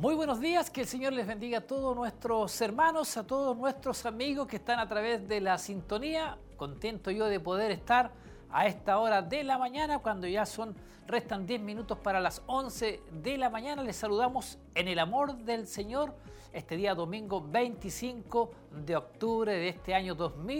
Muy buenos días, que el Señor les bendiga a todos nuestros hermanos, a todos nuestros amigos que están a través de la sintonía. Contento yo de poder estar a esta hora de la mañana, cuando ya restan 10 minutos para las 11 de la mañana. Les saludamos en el amor del Señor este día domingo 25 de octubre de este año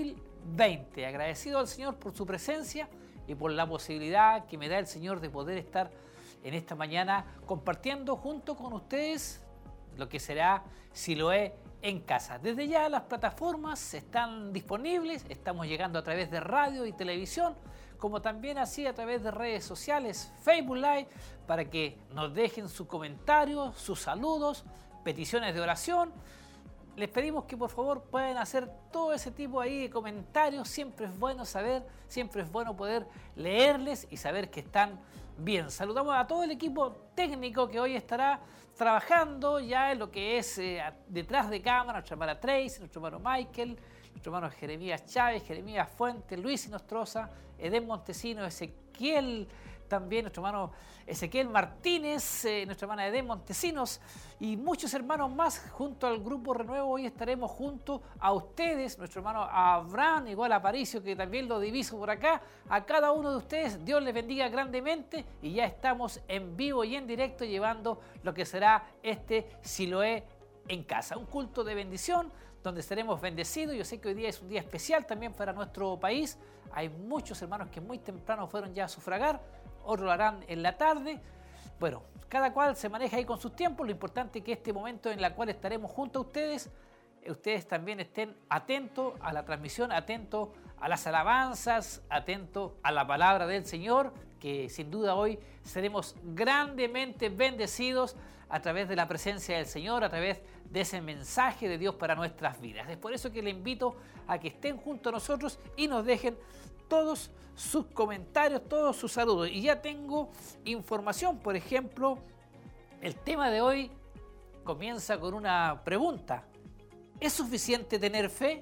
2020. Agradecido al Señor por su presencia y por la posibilidad que me da el Señor de poder estar en esta mañana compartiendo junto con ustedes lo que será Siloé en casa. Desde ya las plataformas están disponibles, estamos llegando a través de radio y televisión, como también así a través de redes sociales, Facebook Live, para que nos dejen sus comentarios, sus saludos, peticiones de oración. Les pedimos que por favor puedan hacer todo ese tipo ahí de comentarios. Siempre es bueno saber, siempre es bueno poder leerles y saber que están bien. Saludamos a todo el equipo técnico que hoy estará trabajando ya en lo que es detrás de cámara, nuestra hermana Tracy, nuestro hermano Michael, nuestro hermano Jeremías Chávez, Jeremías Fuentes, Luis Inostroza, Edén Montesinos, Ezequiel, también nuestro hermano Ezequiel Martínez, nuestra hermana Edén Montesinos y muchos hermanos más junto al Grupo Renuevo. Hoy estaremos junto a ustedes, nuestro hermano Abraham, igual a Aparicio, que también lo diviso por acá. A cada uno de ustedes, Dios les bendiga grandemente y ya estamos en vivo y en directo llevando lo que será este Siloé en casa. Un culto de bendición donde estaremos bendecidos. Yo sé que hoy día es un día especial también para nuestro país. Hay muchos hermanos que muy temprano fueron ya a sufragar, otros lo harán en la tarde. Bueno, cada cual se maneja ahí con sus tiempos. Lo importante es que este momento en el cual estaremos junto a ustedes, ustedes también estén atentos a la transmisión, atentos a las alabanzas, atentos a la palabra del Señor, que sin duda hoy seremos grandemente bendecidos a través de la presencia del Señor, a través de ese mensaje de Dios para nuestras vidas. Es por eso que le invito a que estén junto a nosotros y nos dejen todos sus comentarios, todos sus saludos. Y ya tengo información, por ejemplo, el tema de hoy comienza con una pregunta. ¿Es suficiente tener fe?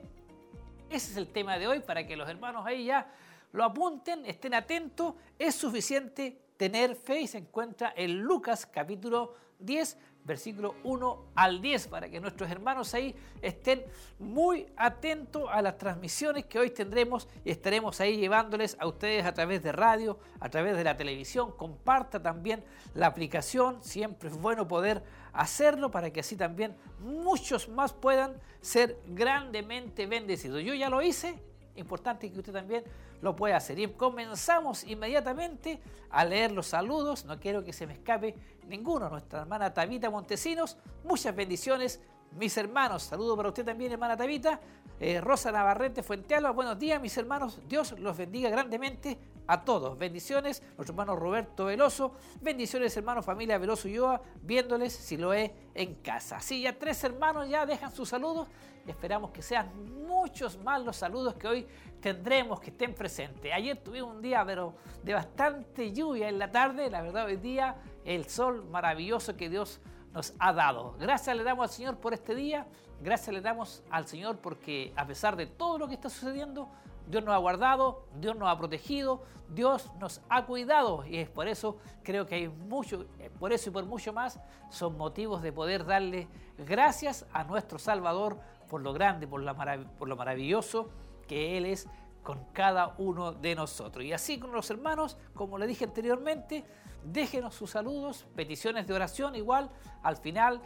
Ese es el tema de hoy, para que los hermanos ahí ya lo apunten, estén atentos. ¿Es suficiente tener fe? Y se encuentra en Lucas capítulo 10, versículo 1 al 10, para que nuestros hermanos ahí estén muy atentos a las transmisiones que hoy tendremos y estaremos ahí llevándoles a ustedes a través de radio, a través de la televisión. Comparta también la aplicación, siempre es bueno poder hacerlo para que así también muchos más puedan ser grandemente bendecidos. Yo ya lo hice, importante que usted también lo pueda hacer. Y comenzamos inmediatamente a leer los saludos. No quiero que se me escape ninguno. Nuestra hermana Tabita Montesinos, muchas bendiciones, mis hermanos. Saludo para usted también, hermana Tabita. Rosa Navarrete Fuentealba, buenos días, mis hermanos. Dios los bendiga grandemente a todos. Bendiciones, nuestro hermano Roberto Veloso. Bendiciones, hermano, familia Veloso Ulloa, viéndoles Siloé en casa. Sí, ya 3 hermanos ya dejan sus saludos. Esperamos que sean muchos más los saludos que hoy tendremos, que estén presentes. Ayer tuvimos un día pero de bastante lluvia en la tarde. La verdad, hoy día el sol maravilloso que Dios nos ha dado. Gracias le damos al Señor por este día. Gracias le damos al Señor porque a pesar de todo lo que está sucediendo, Dios nos ha guardado, Dios nos ha protegido, Dios nos ha cuidado. Y es por eso creo que hay mucho, por eso y por mucho más, son motivos de poder darle gracias a nuestro Salvador por lo grande, por lo maravilloso que Él es con cada uno de nosotros. Y así con los hermanos, como le dije anteriormente, déjenos sus saludos, peticiones de oración. Igual al final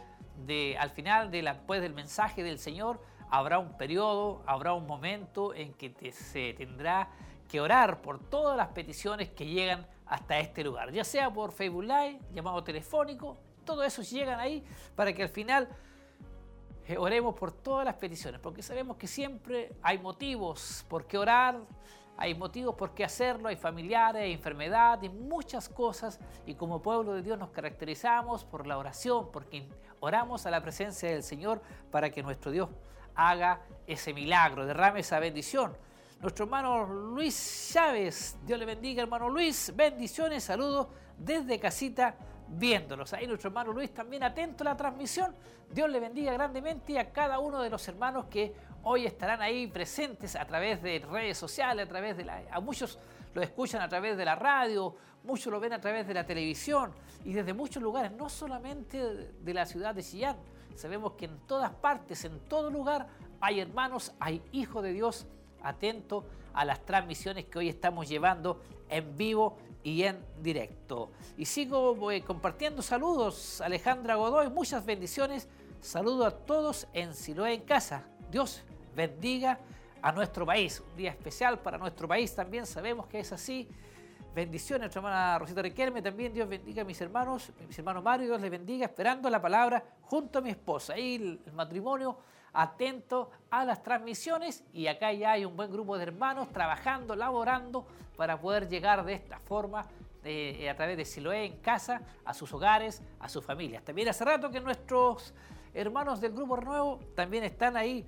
después del mensaje del Señor, habrá un periodo, habrá un momento en que se tendrá que orar por todas las peticiones que llegan hasta este lugar, ya sea por Facebook Live, llamado telefónico. Todo eso llegan ahí para que al final oremos por todas las peticiones, porque sabemos que siempre hay motivos por qué orar, hay motivos por qué hacerlo, hay familiares, hay enfermedad, hay muchas cosas, y como pueblo de Dios nos caracterizamos por la oración, porque oramos a la presencia del Señor para que nuestro Dios haga ese milagro, derrame esa bendición. Nuestro hermano Luis Chávez, Dios le bendiga, hermano Luis, bendiciones, saludos desde casita viéndolos. Ahí nuestro hermano Luis también atento a la transmisión. Dios le bendiga grandemente a cada uno de los hermanos que hoy estarán ahí presentes a través de redes sociales, a través de a muchos lo escuchan a través de la radio, muchos lo ven a través de la televisión y desde muchos lugares, no solamente de la ciudad de Chillán. Sabemos que en todas partes, en todo lugar, hay hermanos, hay hijos de Dios atentos a las transmisiones que hoy estamos llevando en vivo y en directo. Y sigo compartiendo saludos. Alejandra Godoy, muchas bendiciones. Saludo a todos en Siloé en casa. Dios bendiga a nuestro país. Un día especial para nuestro país también, sabemos que es así. Bendiciones, nuestra hermana Rosita Riquelme, también Dios bendiga a mis hermanos Mario, Dios les bendiga, esperando la palabra junto a mi esposa. Ahí el matrimonio atento a las transmisiones y acá ya hay un buen grupo de hermanos trabajando, laborando para poder llegar de esta forma a través de Siloé en casa, a sus hogares, a sus familias. También hace rato que nuestros hermanos del Grupo Renuevo también están ahí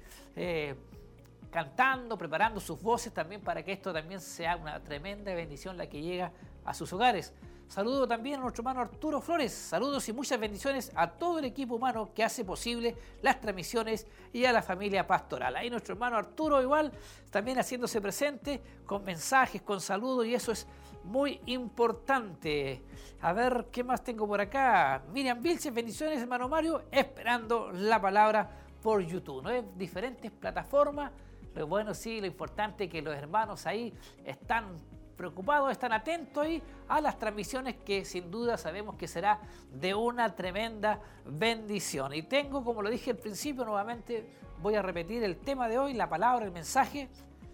cantando, preparando sus voces también para que esto también sea una tremenda bendición la que llega a sus hogares. Saludo también a nuestro hermano Arturo Flores. Saludos y muchas bendiciones a todo el equipo humano que hace posible las transmisiones y a la familia pastoral. Ahí nuestro hermano Arturo igual también haciéndose presente con mensajes, con saludos y eso es muy importante. A ver, ¿qué más tengo por acá? Miriam Vilches, bendiciones hermano Mario, esperando la palabra por YouTube, ¿no? Diferentes plataformas. Pero bueno, sí, lo importante es que los hermanos ahí están preocupados, están atentos ahí a las transmisiones que sin duda sabemos que será de una tremenda bendición. Y tengo, como lo dije al principio, nuevamente voy a repetir el tema de hoy, la palabra, el mensaje.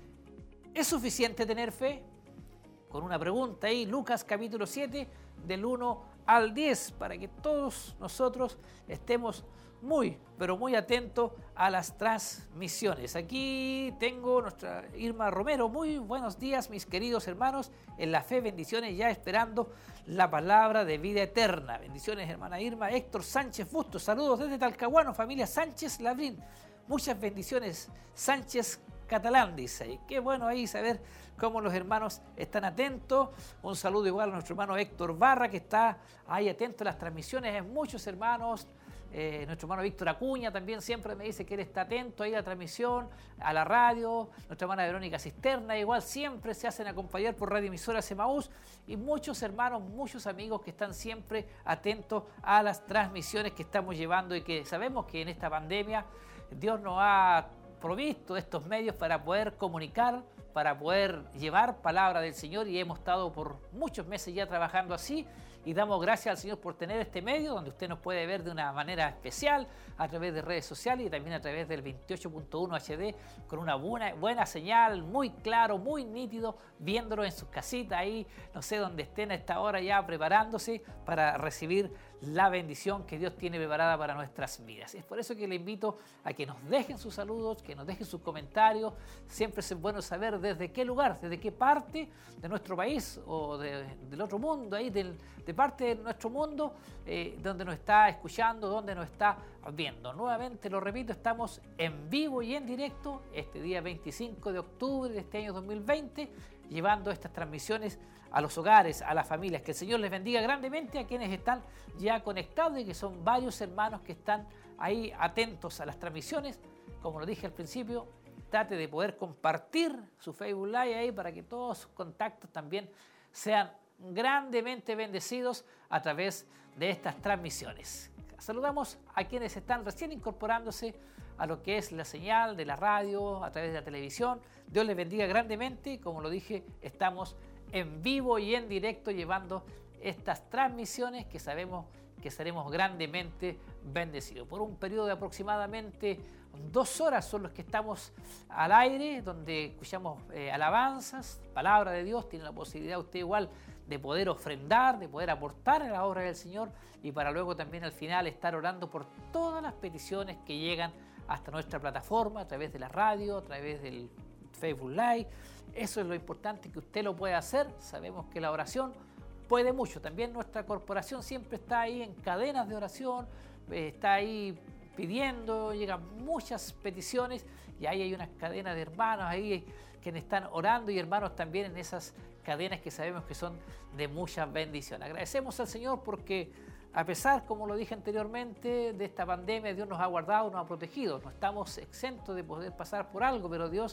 ¿Es suficiente tener fe? Con una pregunta ahí, Lucas capítulo 7, del 1 al 10, para que todos nosotros estemos muy, pero muy atentos a las transmisiones. Aquí tengo nuestra Irma Romero. Muy buenos días, mis queridos hermanos, en la fe, bendiciones, ya esperando la palabra de vida eterna. Bendiciones, hermana Irma. Héctor Sánchez Bustos, saludos desde Talcahuano, familia Sánchez Labrín. Muchas bendiciones, Sánchez Catalán, dice. Y qué bueno ahí saber cómo los hermanos están atentos. Un saludo igual a nuestro hermano Héctor Barra, que está ahí atento a las transmisiones. Hay muchos hermanos. Nuestro hermano Víctor Acuña también siempre me dice que él está atento ahí a la transmisión, a la radio. Nuestra hermana Verónica Cisterna igual siempre se hacen acompañar por Radio Emisora Emaús y muchos hermanos, muchos amigos que están siempre atentos a las transmisiones que estamos llevando y que sabemos que en esta pandemia Dios nos ha provisto estos medios para poder comunicar, para poder llevar palabra del Señor y hemos estado por muchos meses ya trabajando así. Y damos gracias al Señor por tener este medio donde usted nos puede ver de una manera especial a través de redes sociales y también a través del 28.1 HD con una buena señal, muy claro, muy nítido, viéndolo en sus casitas ahí, no sé dónde estén a esta hora ya preparándose para recibir la bendición que Dios tiene preparada para nuestras vidas. Es por eso que le invito a que nos dejen sus saludos, que nos dejen sus comentarios. Siempre es bueno saber desde qué lugar, desde qué parte de nuestro país o del otro mundo, ahí de parte de nuestro mundo, donde nos está escuchando, donde nos está viendo. Nuevamente, lo repito, estamos en vivo y en directo este día 25 de octubre de este año 2020, llevando estas transmisiones a los hogares, a las familias. Que el Señor les bendiga grandemente a quienes están ya conectados y que son varios hermanos que están ahí atentos a las transmisiones. Como lo dije al principio, trate de poder compartir su Facebook Live ahí para que todos sus contactos también sean grandemente bendecidos a través de estas transmisiones. Saludamos a quienes están recién incorporándose a lo que es la señal de la radio, a través de la televisión. Dios les bendiga grandemente. Como lo dije, estamos en vivo y en directo llevando estas transmisiones que sabemos que seremos grandemente bendecidos. Por un periodo de aproximadamente 2 horas son los que estamos al aire, donde escuchamos alabanzas, palabra de Dios. Tiene la posibilidad usted igual de poder ofrendar, de poder aportar a la obra del Señor y para luego también al final estar orando por todas las peticiones que llegan hasta nuestra plataforma, a través de la radio, a través del Facebook Live. Eso es lo importante, que usted lo puede hacer. Sabemos que la oración puede mucho. También nuestra corporación siempre está ahí en cadenas de oración, está ahí pidiendo, llegan muchas peticiones y ahí hay unas cadenas de hermanos ahí quienes están orando y hermanos también en esas cadenas que sabemos que son de mucha bendición. Agradecemos al Señor porque a pesar, como lo dije anteriormente, de esta pandemia, Dios nos ha guardado, nos ha protegido. No estamos exentos de poder pasar por algo, pero Dios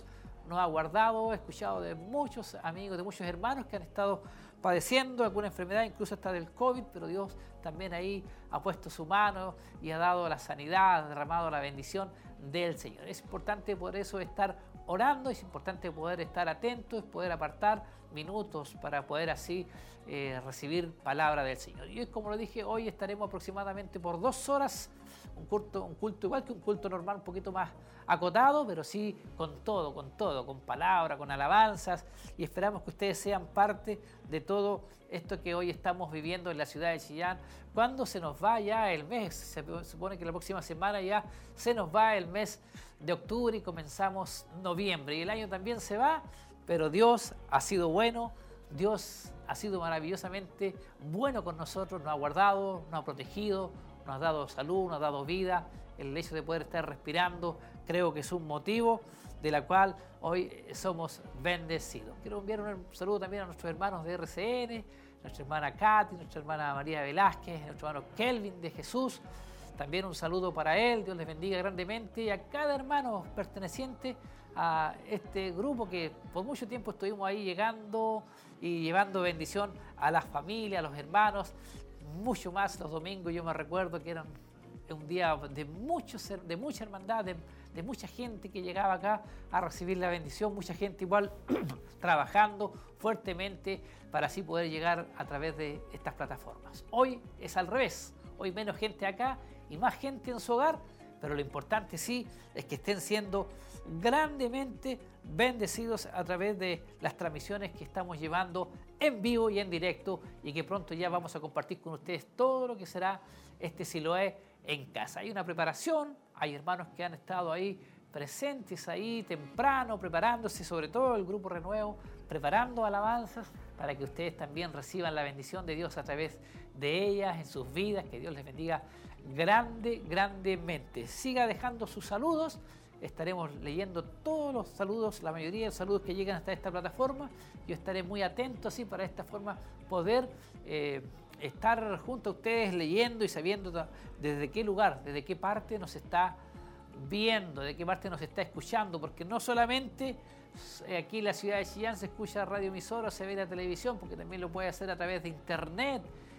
nos ha guardado. He escuchado de muchos amigos, de muchos hermanos que han estado padeciendo alguna enfermedad, incluso hasta del COVID, pero Dios también ahí ha puesto su mano y ha dado la sanidad, ha derramado la bendición del Señor. Es importante por eso estar orando, es importante poder estar atentos, poder apartar minutos para poder así recibir palabra del Señor. Y como lo dije, hoy estaremos aproximadamente por 2 horas, un culto igual que un culto normal, un poquito más acotado, pero sí con todo, con palabra, con alabanzas, y esperamos que ustedes sean parte de todo esto que hoy estamos viviendo en la ciudad de Chillán. Cuando se nos va ya el mes, se supone que la próxima semana ya se nos va el mes de octubre y comenzamos noviembre, y el año también se va, pero Dios ha sido bueno, Dios ha sido maravillosamente bueno con nosotros, nos ha guardado, nos ha protegido, nos ha dado salud, nos ha dado vida. El hecho de poder estar respirando creo que es un motivo de la cual hoy somos bendecidos. Quiero enviar un saludo también a nuestros hermanos de RCN, nuestra hermana Katy, nuestra hermana María Velázquez, nuestro hermano Kelvin de Jesús. También un saludo para él, Dios les bendiga grandemente, y a cada hermano perteneciente a este grupo que por mucho tiempo estuvimos ahí llegando y llevando bendición a las familias, a los hermanos, mucho más los domingos. Yo me recuerdo que eran un día de mucha hermandad, de mucha gente que llegaba acá a recibir la bendición, mucha gente igual trabajando fuertemente para así poder llegar a través de estas plataformas. Hoy es al revés, hoy menos gente acá y más gente en su hogar, pero lo importante sí es que estén siendo grandemente bendecidos a través de las transmisiones que estamos llevando en vivo y en directo, y que pronto ya vamos a compartir con ustedes todo lo que será este Siloé en casa. Hay una preparación, hay hermanos que han estado ahí presentes ahí temprano, preparándose, sobre todo el Grupo Renuevo, preparando alabanzas para que ustedes también reciban la bendición de Dios a través de ellas, en sus vidas. Que Dios les bendiga grandemente. Siga dejando sus saludos, estaremos leyendo todos los saludos, la mayoría de los saludos que llegan hasta esta plataforma. Yo estaré muy atento así para esta forma poder estar junto a ustedes leyendo y sabiendo desde qué lugar, desde qué parte nos está viendo, de qué parte nos está escuchando, porque no solamente aquí en la ciudad de Chillán se escucha radio emisora o se ve la televisión, porque también lo puede hacer a través de internet,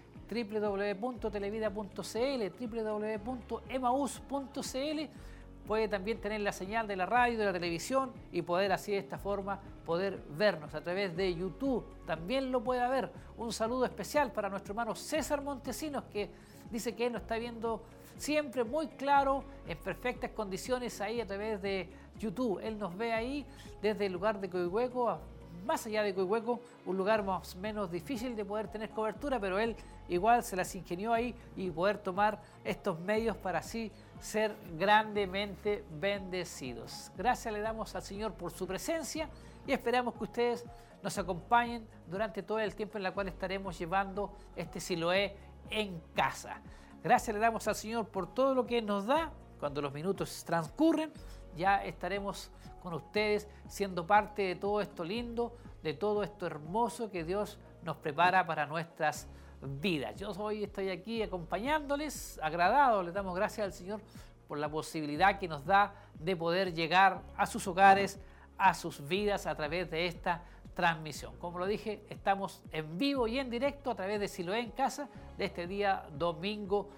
www.televida.cl, www.emaus.cl. Puede también tener la señal de la radio, de la televisión, y poder así de esta forma poder vernos a través de YouTube. También lo puede haber. Un saludo especial para nuestro hermano César Montesinos, que dice que él nos está viendo siempre muy claro, en perfectas condiciones ahí a través de YouTube. Él nos ve ahí desde el lugar de Coihueco, más allá de Coihueco, un lugar más o menos difícil de poder tener cobertura, pero él igual se las ingenió ahí y poder tomar estos medios para así ser grandemente bendecidos. Gracias le damos al Señor por su presencia y esperamos que ustedes nos acompañen durante todo el tiempo en el cual estaremos llevando este Siloé en casa. Gracias le damos al Señor por todo lo que nos da. Cuando los minutos transcurren, ya estaremos con ustedes siendo parte de todo esto lindo, de todo esto hermoso que Dios nos prepara para nuestras vidas. Yo hoy estoy aquí acompañándoles, agradado, les damos gracias al Señor por la posibilidad que nos da de poder llegar a sus hogares, a sus vidas a través de esta transmisión. Como lo dije, estamos en vivo y en directo a través de Siloé en Casa de este día domingo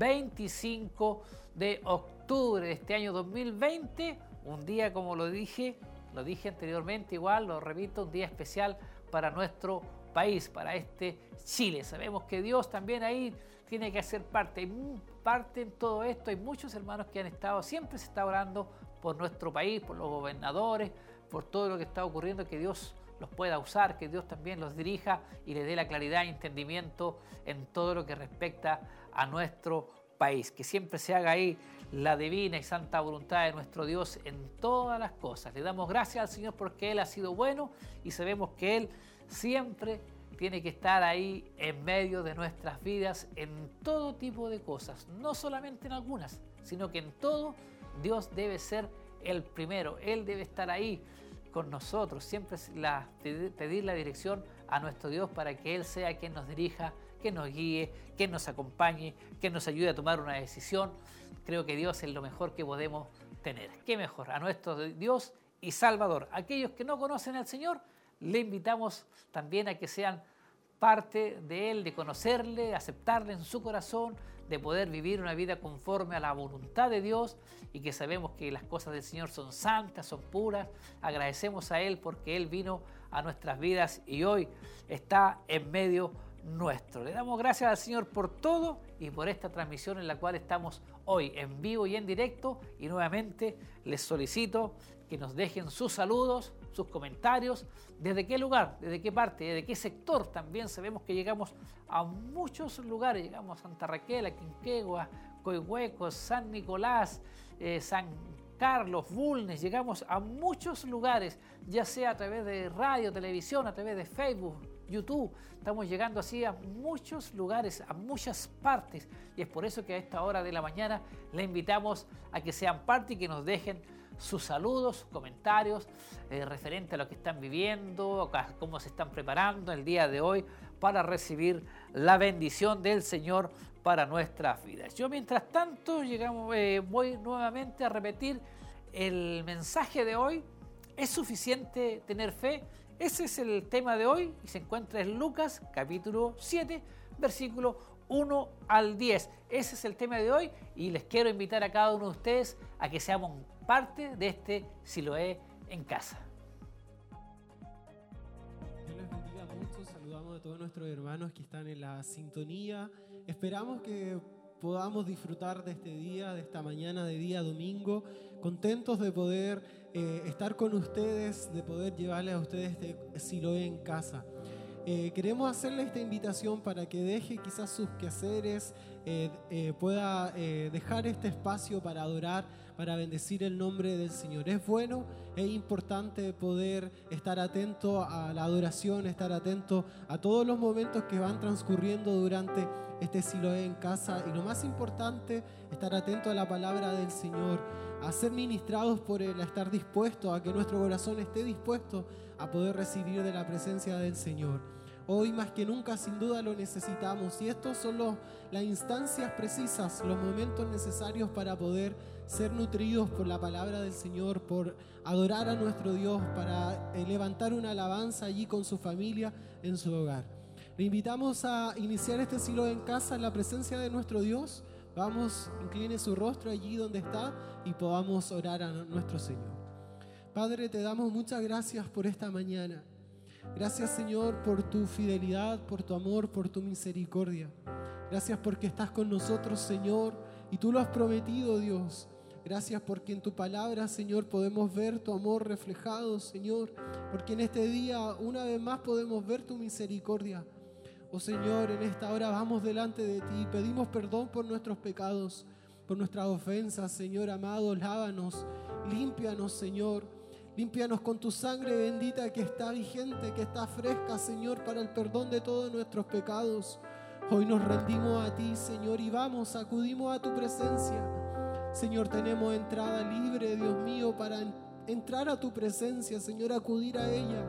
25 de octubre de este año 2020. Un día, como lo dije anteriormente, igual lo repito, un día especial para nuestro país, para este Chile. Sabemos que Dios también ahí tiene que hacer parte en todo esto. Hay muchos hermanos que han estado, siempre se está orando por nuestro país, por los gobernadores, por todo lo que está ocurriendo, que Dios los pueda usar, que Dios también los dirija y les dé la claridad y entendimiento en todo lo que respecta a nuestro país. Que siempre se haga ahí la divina y santa voluntad de nuestro Dios en todas las cosas. Le damos gracias al Señor porque Él ha sido bueno y sabemos que Él siempre tiene que estar ahí en medio de nuestras vidas en todo tipo de cosas, no solamente en algunas, sino que en todo Dios debe ser el primero. Él debe estar ahí con nosotros, siempre pedir la dirección a nuestro Dios para que Él sea quien nos dirija, que nos guíe, que nos acompañe, que nos ayude a tomar una decisión. Creo que Dios es lo mejor que podemos tener. ¿Qué mejor? A nuestro Dios y Salvador. Aquellos que no conocen al Señor, le invitamos también a que sean parte de Él, de conocerle, de aceptarle en su corazón, de poder vivir una vida conforme a la voluntad de Dios y que sabemos que las cosas del Señor son santas, son puras. Agradecemos a Él porque Él vino a nuestras vidas y hoy está en medio nuestro. Le damos gracias al Señor por todo y por esta transmisión en la cual estamos hoy en vivo y en directo, y nuevamente les solicito que nos dejen sus saludos, sus comentarios, desde qué lugar, desde qué parte, desde qué sector. También sabemos que llegamos a muchos lugares, llegamos a Santa Raquel, a Quinquegua, Coihuecos, San Nicolás, San Carlos, Bulnes, llegamos a muchos lugares, ya sea a través de radio, televisión, a través de Facebook, YouTube. Estamos llegando así a muchos lugares, a muchas partes, y es por eso que a esta hora de la mañana le invitamos a que sean parte y que nos dejen sus saludos, sus comentarios referente a lo que están viviendo, a cómo se están preparando el día de hoy para recibir la bendición del Señor para nuestras vidas. Yo, mientras tanto, voy nuevamente a repetir el mensaje de hoy. ¿Es suficiente tener fe? Ese es el tema de hoy y se encuentra en Lucas capítulo 7, versículo 1 al 10. Ese es el tema de hoy y les quiero invitar a cada uno de ustedes a que seamos parte de este Siloé en casa. Dios les bendiga mucho. Saludamos a todos nuestros hermanos que están en la sintonía. Esperamos que podamos disfrutar de este día, de esta mañana de día domingo, contentos de poder estar con ustedes, de poder llevarles a ustedes este Siloé en casa. Queremos hacerle esta invitación para que deje quizás sus quehaceres, pueda dejar este espacio para adorar, para bendecir el nombre del Señor. Es bueno, es importante poder estar atento a la adoración, estar atento a todos los momentos que van transcurriendo durante este Siloé en casa, y lo más importante, estar atento a la palabra del Señor, a ser ministrados por Él, a estar dispuestos, a que nuestro corazón esté dispuesto a poder recibir de la presencia del Señor. Hoy más que nunca sin duda lo necesitamos, y estos son las instancias precisas, los momentos necesarios para poder ser nutridos por la palabra del Señor, por adorar a nuestro Dios, para levantar una alabanza allí con su familia en su hogar. Le invitamos a iniciar este Siloé en casa en la presencia de nuestro Dios. Vamos, incline su rostro allí donde está y podamos orar a nuestro Señor. Padre, te damos muchas gracias por esta mañana. Gracias, Señor, por tu fidelidad, por tu amor, por tu misericordia. Gracias porque estás con nosotros, Señor, y tú lo has prometido, Dios. Gracias porque en tu palabra, Señor, podemos ver tu amor reflejado, Señor, porque en este día una vez más podemos ver tu misericordia. Oh Señor, en esta hora vamos delante de ti, pedimos perdón por nuestros pecados, por nuestras ofensas, Señor amado. Lávanos, límpianos, Señor. Límpianos con tu sangre bendita que está vigente, que está fresca, Señor, para el perdón de todos nuestros pecados. Hoy nos rendimos a ti, Señor, y vamos, acudimos a tu presencia. Señor, tenemos entrada libre, Dios mío, para entrar a tu presencia, Señor, acudir a ella.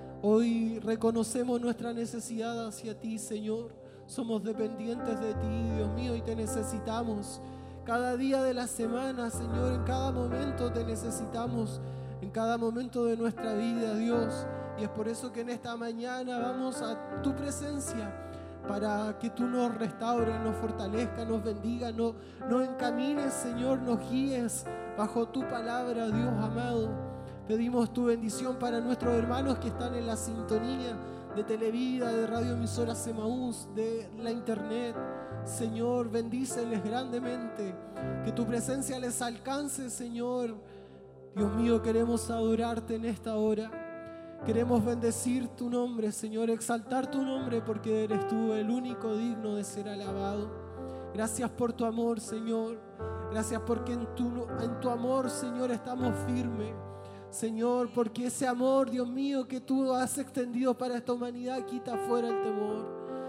Hoy reconocemos nuestra necesidad hacia ti, Señor. Somos dependientes de ti, Dios mío, y te necesitamos. Cada día de la semana, Señor, en cada momento te necesitamos. En cada momento de nuestra vida, Dios. Y es por eso que en esta mañana vamos a tu presencia para que tú nos restaures, nos fortalezcas, nos bendigas, nos encamines, Señor, nos guíes bajo tu palabra, Dios amado. Pedimos tu bendición para nuestros hermanos que están en la sintonía de Televida, de Radio Emisora Semaús, de la internet. Señor, bendíceles grandemente, que tu presencia les alcance, Señor. Dios mío, queremos adorarte en esta hora. Queremos bendecir tu nombre, Señor, exaltar tu nombre, porque eres tú el único digno de ser alabado. Gracias por tu amor, Señor. Gracias porque en tu amor, Señor, estamos firmes. Señor, porque ese amor, Dios mío, que tú has extendido para esta humanidad quita fuera el temor.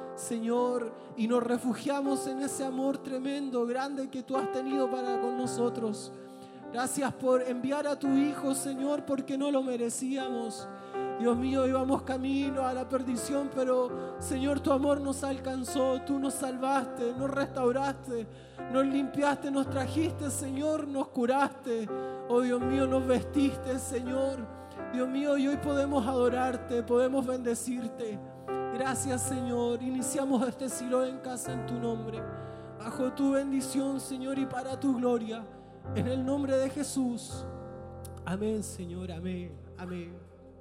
Señor, y nos refugiamos en ese amor tremendo, grande que tú has tenido para con nosotros. Gracias por enviar a tu Hijo, Señor, porque no lo merecíamos. Dios mío, íbamos camino a la perdición, pero, Señor, tu amor nos alcanzó. Tú nos salvaste, nos restauraste, nos limpiaste, nos trajiste, Señor, nos curaste. Oh Dios mío, nos vestiste, Señor. Dios mío, y hoy podemos adorarte, podemos bendecirte. Gracias, Señor. Iniciamos este Silo en casa en tu nombre, bajo tu bendición, Señor, y para tu gloria. En el nombre de Jesús. Amén, Señor. Amén. Amén.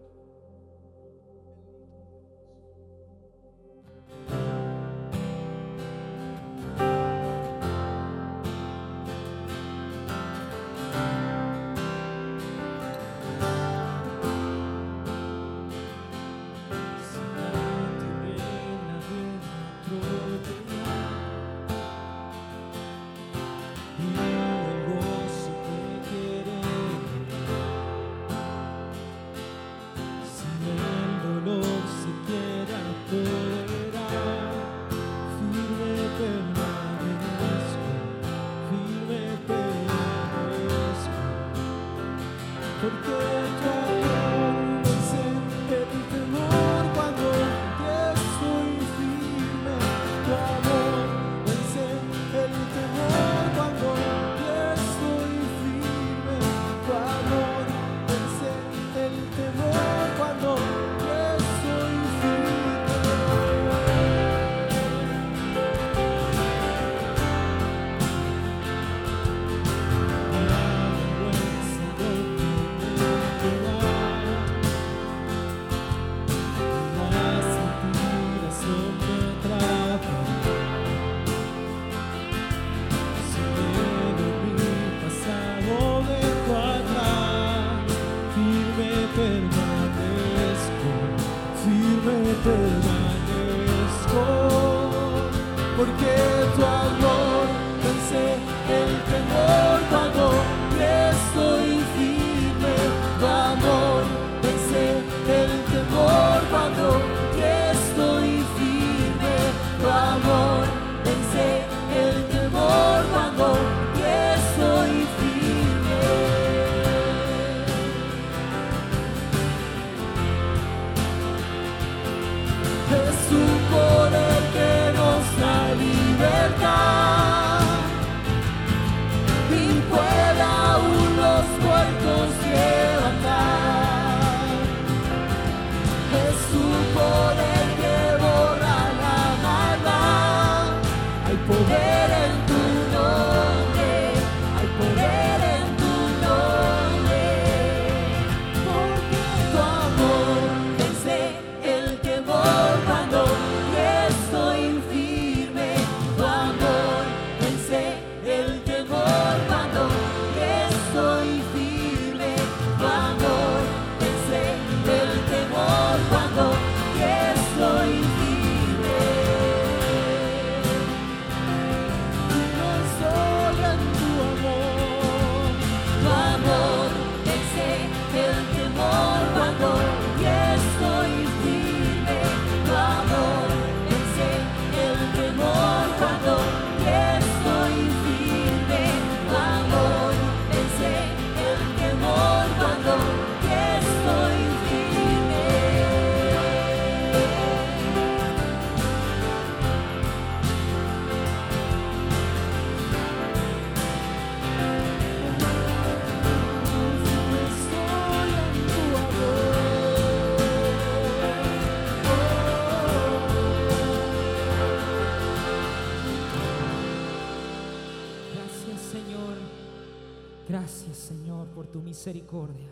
Misericordia.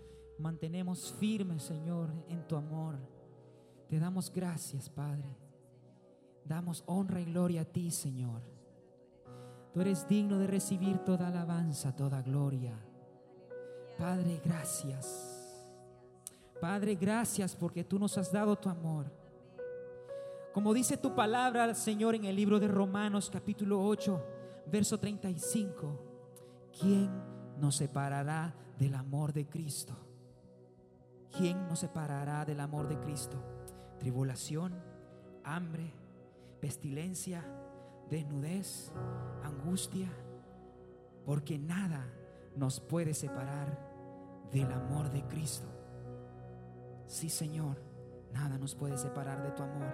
Mantenemos firmes, Señor, en tu amor. Te damos gracias, Padre. Damos honra y gloria a ti, Señor. Tú eres digno de recibir toda alabanza, toda gloria. Padre, gracias. Padre, gracias porque tú nos has dado tu amor. Como dice tu palabra, Señor, en el libro de Romanos capítulo 8, verso 35. ¿Quién nos separará del amor de Cristo? ¿Quién nos separará del amor de Cristo? Tribulación, hambre, pestilencia, desnudez, angustia, porque nada nos puede separar del amor de Cristo. Sí, Señor, nada nos puede separar de tu amor.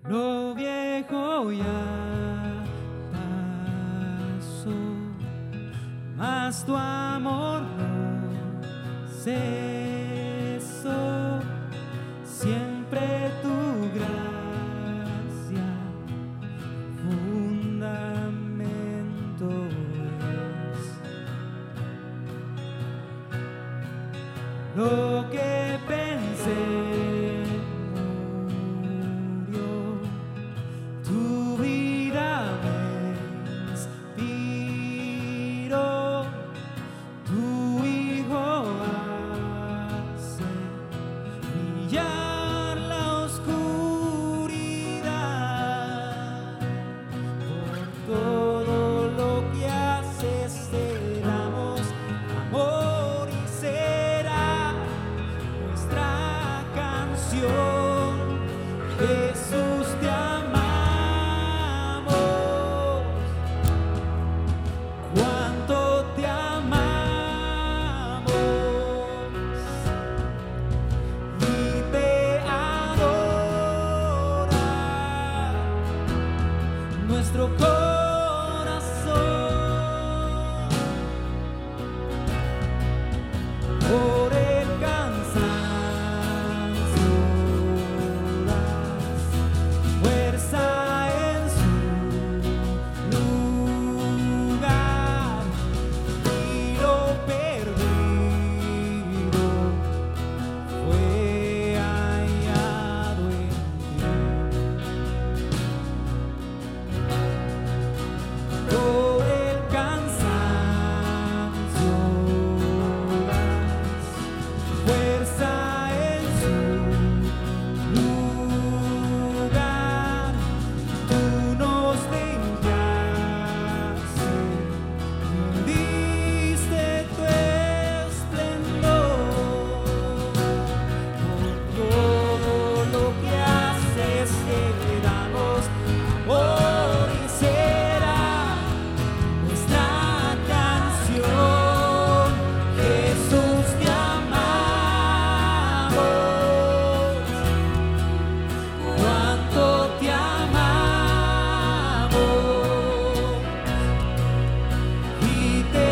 Lo viejo ya pasó, mas tu amor no cesó. Siempre tu gracia fundamento es. Lo que pensé murió, tu vida me inspiró, tu Hijo hace brillar la oscuridad. Por todo lo que haces te damos amor y será nuestra canción. Jesús, te amamos, cuánto te amamos y te adora nuestro corazón. Por el cansancio das fuerza en su lugar y lo perdido fue hallado en ti. Por el cansancio das fuerza en su lugar. Tú nos limpiaste y diste tu esplendor. Por todo lo que haces te damos amor y será nuestra canción. Jesús, te amamos, cuánto te amamos y te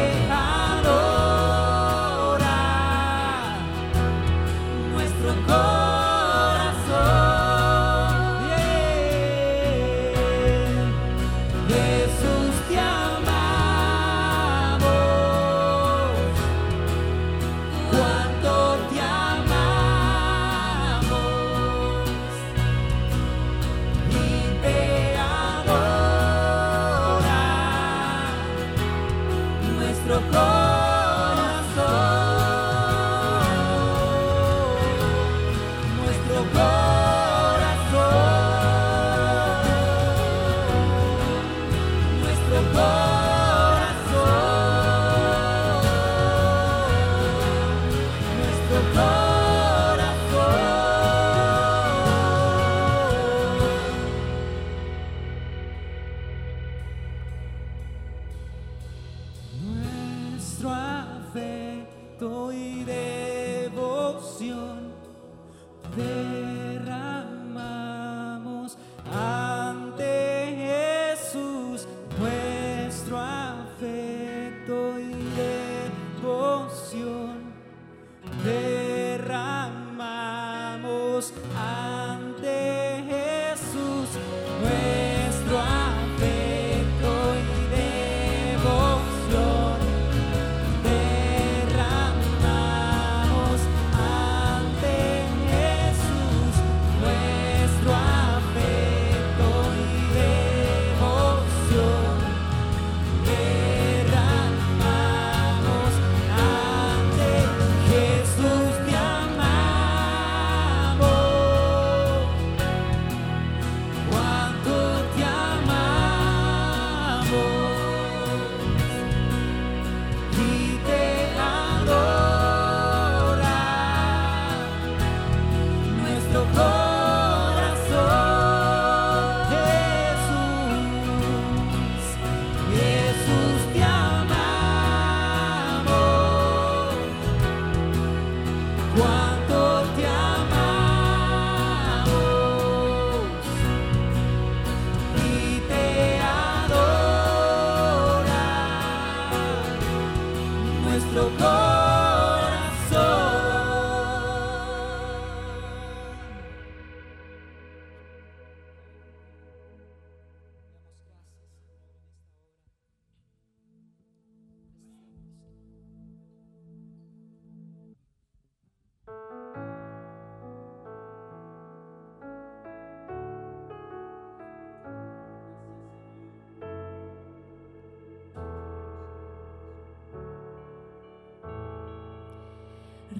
adora nuestro corazón. Jesús, te amamos, cuánto te amamos y te adora nuestro corazón. Nuestro corazón. Nuestro corazón. Nuestro corazón. Nuestro afecto y devoción derramamos ante Jesús. Nuestro afecto y devoción derramamos ante Jesús. Nuestro afecto y devoción derramamos ante Jesús. Nuestro afecto y devoción derramamos ante Jesús. Te amamos, cuánto te amamos y te adora nuestro corazón. Jesús, te amamos, cuánto te amamos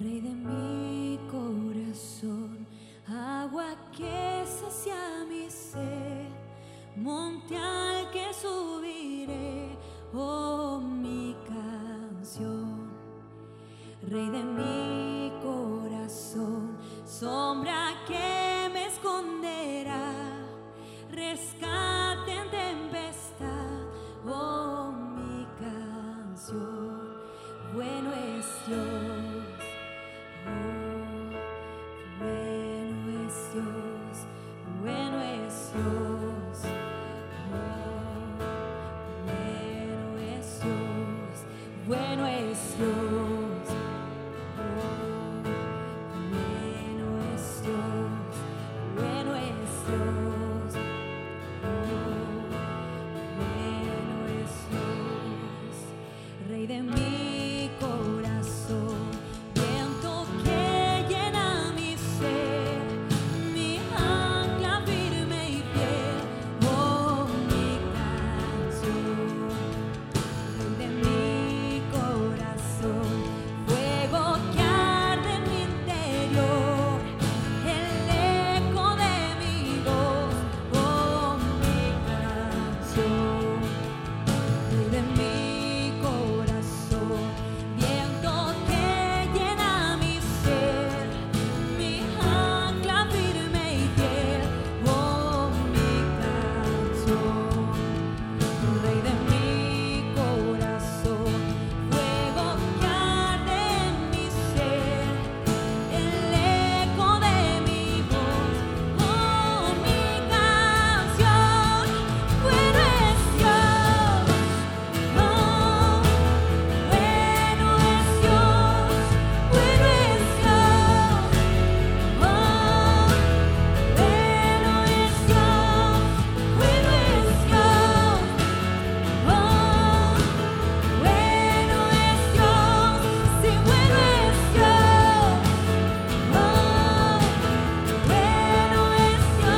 Rey de mi corazón, agua que sacia mi sed, monte al que subiré, oh mi canción. Rey de mi corazón, sombra que me esconderá, rescate en tempestad, oh mi canción. Bueno es Dios, oh, bueno es Dios, bueno es Dios, oh, bueno es Dios, bueno es Dios, oh, bueno es Dios, bueno es Dios, oh, bueno es Dios. Rey de mi corazón, viento que llena mi ser, mi ancla firme y fiel, oh mi canción. Rey de mi corazón, fuego que arde en mi interior, el eco de mi voz, oh mi canción. Rey de mi corazón, viento que llena mi ser, mi ancla firme y fiel, oh mi canción. Rey de mi corazón, fuego que arde en mi ser, el eco de mi voz, oh mi canción. Bueno es Dios, oh, bueno es Dios, bueno es Dios, oh, bueno es Dios, bueno es Dios, oh, bueno es Dios, sí, bueno es Dios, oh, bueno es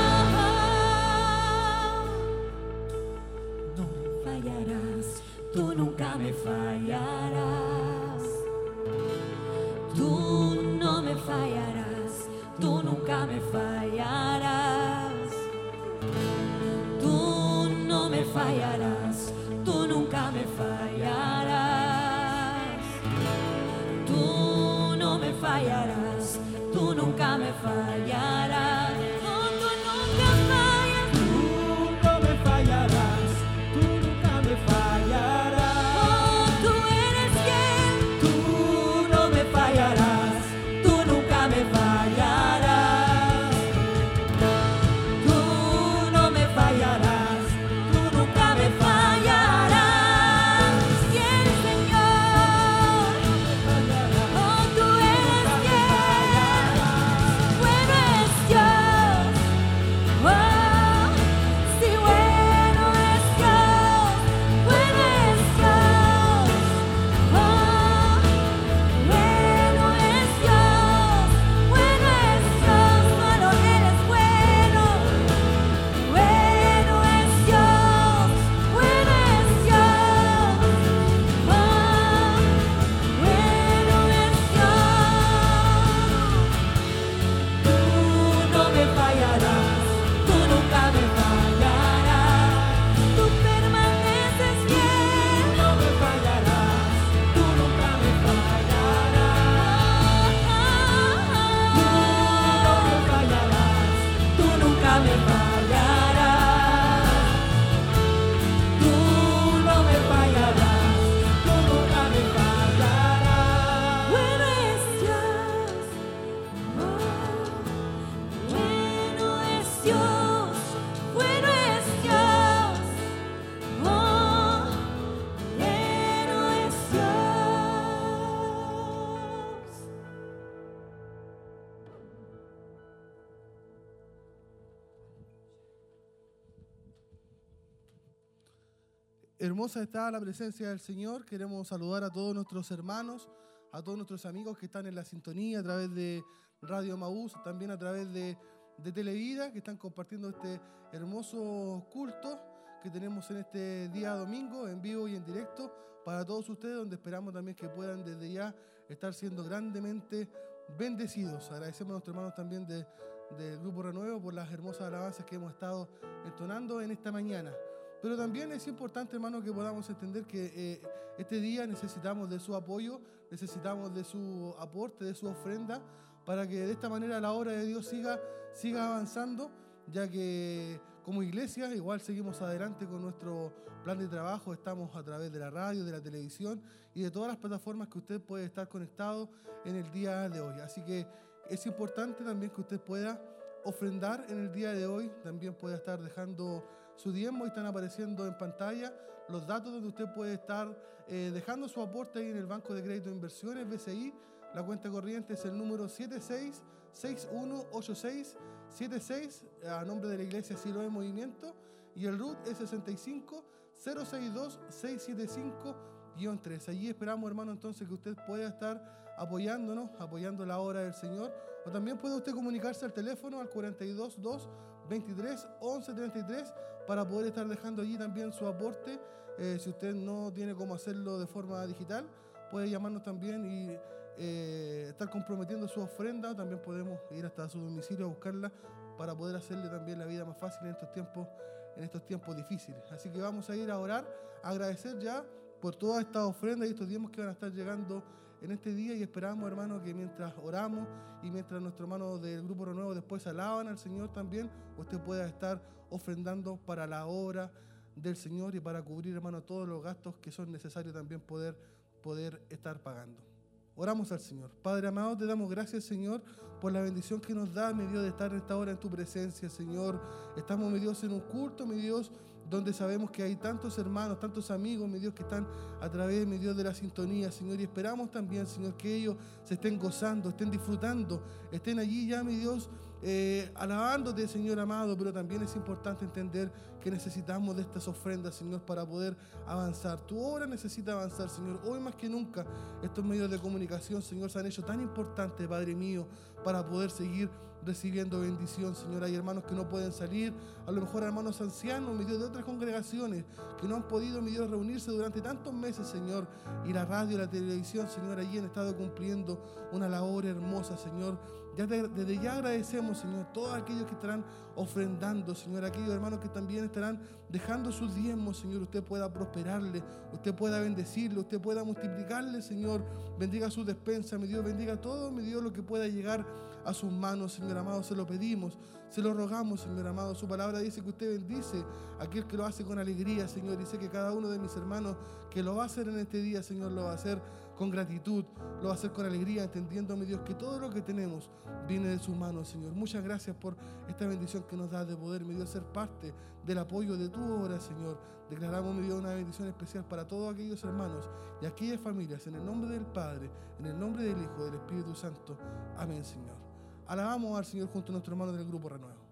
Dios. No me fallarás, tú nunca me fallarás. Tú no me fallarás, tú nunca me fallarás. Tú no me fallarás, tú nunca me fallarás. Tú no me fallarás, tú nunca me fallarás. Oh, tú nunca fallas. Tú no me fallarás, tú nunca me fallarás. Oh, tú eres fiel. Tú no me fallarás, tú nunca me fallarás. Tú no me fallarás, tú nunca me fallarás. Fiel Señor, oh, tú eres fiel. Bueno es Dios, oh, sí, bueno es Dios, bueno es Dios, oh, bueno es Dios, bueno es Dios, solo Él es bueno. Bueno es Dios, bueno es Dios, oh, bueno es Dios. Tú no me fallarás, tú nunca me fallarás. Tú permaneces fiel, No me fallarás, tú nunca me fallarás. Tú no me fallarás, tú nunca me fallarás. Tú no me fallarás, tú nunca me fallarás. bueno es Dios, oh, bueno es Dios, bueno es Dios, oh, bueno es Dios. Hermosa está la presencia del Señor. Queremos saludar a todos nuestros hermanos, a todos nuestros amigos que están en la sintonía a través de Radio Maús, también a través de Televida, que están compartiendo este hermoso culto que tenemos en este día domingo, en vivo y en directo, para todos ustedes, donde esperamos también que puedan desde ya estar siendo grandemente bendecidos. Agradecemos a nuestros hermanos también del Grupo Renuevo por las hermosas alabanzas que hemos estado entonando en esta mañana. Pero también es importante, hermano, que podamos entender que este día necesitamos de su apoyo, necesitamos de su aporte, de su ofrenda, para que de esta manera la obra de Dios siga avanzando, ya que como iglesia igual seguimos adelante con nuestro plan de trabajo. Estamos a través de la radio, de la televisión y de todas las plataformas que usted puede estar conectado en el día de hoy. Así que es importante también que usted pueda ofrendar en el día de hoy, también pueda estar dejando su diezmo, y están apareciendo en pantalla los datos donde usted puede estar dejando su aporte ahí en el Banco de Crédito de Inversiones, BCI. La cuenta corriente es el número 76618676, a nombre de la Iglesia Siloé Movimiento, y el RUT es 65062675-3. Allí esperamos, hermano, entonces que usted pueda estar apoyándonos, apoyando la obra del Señor. O también puede usted comunicarse al teléfono al 422-23-1133 para poder estar dejando allí también su aporte. Si usted no tiene cómo hacerlo de forma digital, puede llamarnos también y estar comprometiendo su ofrenda. También podemos ir hasta su domicilio a buscarla para poder hacerle también la vida más fácil en estos tiempos difíciles. Así que vamos a ir a orar, a agradecer ya por todas estas ofrendas y estos diezmos que van a estar llegando en este día, y esperamos, hermano, que mientras oramos y mientras nuestros hermanos del Grupo Renuevo después alaban al Señor también, usted pueda estar ofrendando para la obra del Señor y para cubrir, hermano, todos los gastos que son necesarios también poder estar pagando. Oramos al Señor. Padre amado, te damos gracias, Señor, por la bendición que nos da, mi Dios, de estar en esta hora en tu presencia, Señor. Estamos, mi Dios, en un culto, mi Dios, donde sabemos que hay tantos hermanos, tantos amigos, mi Dios, que están a través, mi Dios, de la sintonía, Señor. Y esperamos también, Señor, que ellos se estén gozando, estén disfrutando, estén allí ya, mi Dios, alabándote, Señor amado. Pero también es importante entender que necesitamos de estas ofrendas, Señor, para poder avanzar. Tu obra necesita avanzar, Señor. Hoy más que nunca estos medios de comunicación, Señor, se han hecho tan importantes, Padre mío, para poder seguir recibiendo bendición, Señor. Hay hermanos que no pueden salir, a lo mejor hermanos ancianos, mi Dios, de otras congregaciones que no han podido, mi Dios, reunirse durante tantos meses, Señor. Y la radio y la televisión, Señor, allí han estado cumpliendo una labor hermosa, Señor. Desde ya agradecemos, Señor, todos aquellos que estarán ofrendando, Señor, aquellos hermanos que también estarán dejando sus diezmos, Señor. Usted pueda prosperarle, usted pueda bendecirle, usted pueda multiplicarle, Señor. Bendiga su despensa, mi Dios, bendiga todo, mi Dios, lo que pueda llegar a sus manos, Señor amado. Se lo pedimos, se lo rogamos, Señor amado. Su palabra dice que usted bendice a aquel que lo hace con alegría, Señor. Y sé que cada uno de mis hermanos que lo va a hacer en este día, Señor, lo va a hacer con gratitud, lo va a hacer con alegría, entendiendo, mi Dios, que todo lo que tenemos viene de sus manos, Señor. Muchas gracias por esta bendición que nos da de poder, mi Dios, ser parte del apoyo de tu obra, Señor. Declaramos, mi Dios, una bendición especial para todos aquellos hermanos y aquellas familias, en el nombre del Padre, en el nombre del Hijo, del Espíritu Santo. Amén, Señor. Alabamos al Señor junto a nuestros hermanos del Grupo Renuevo.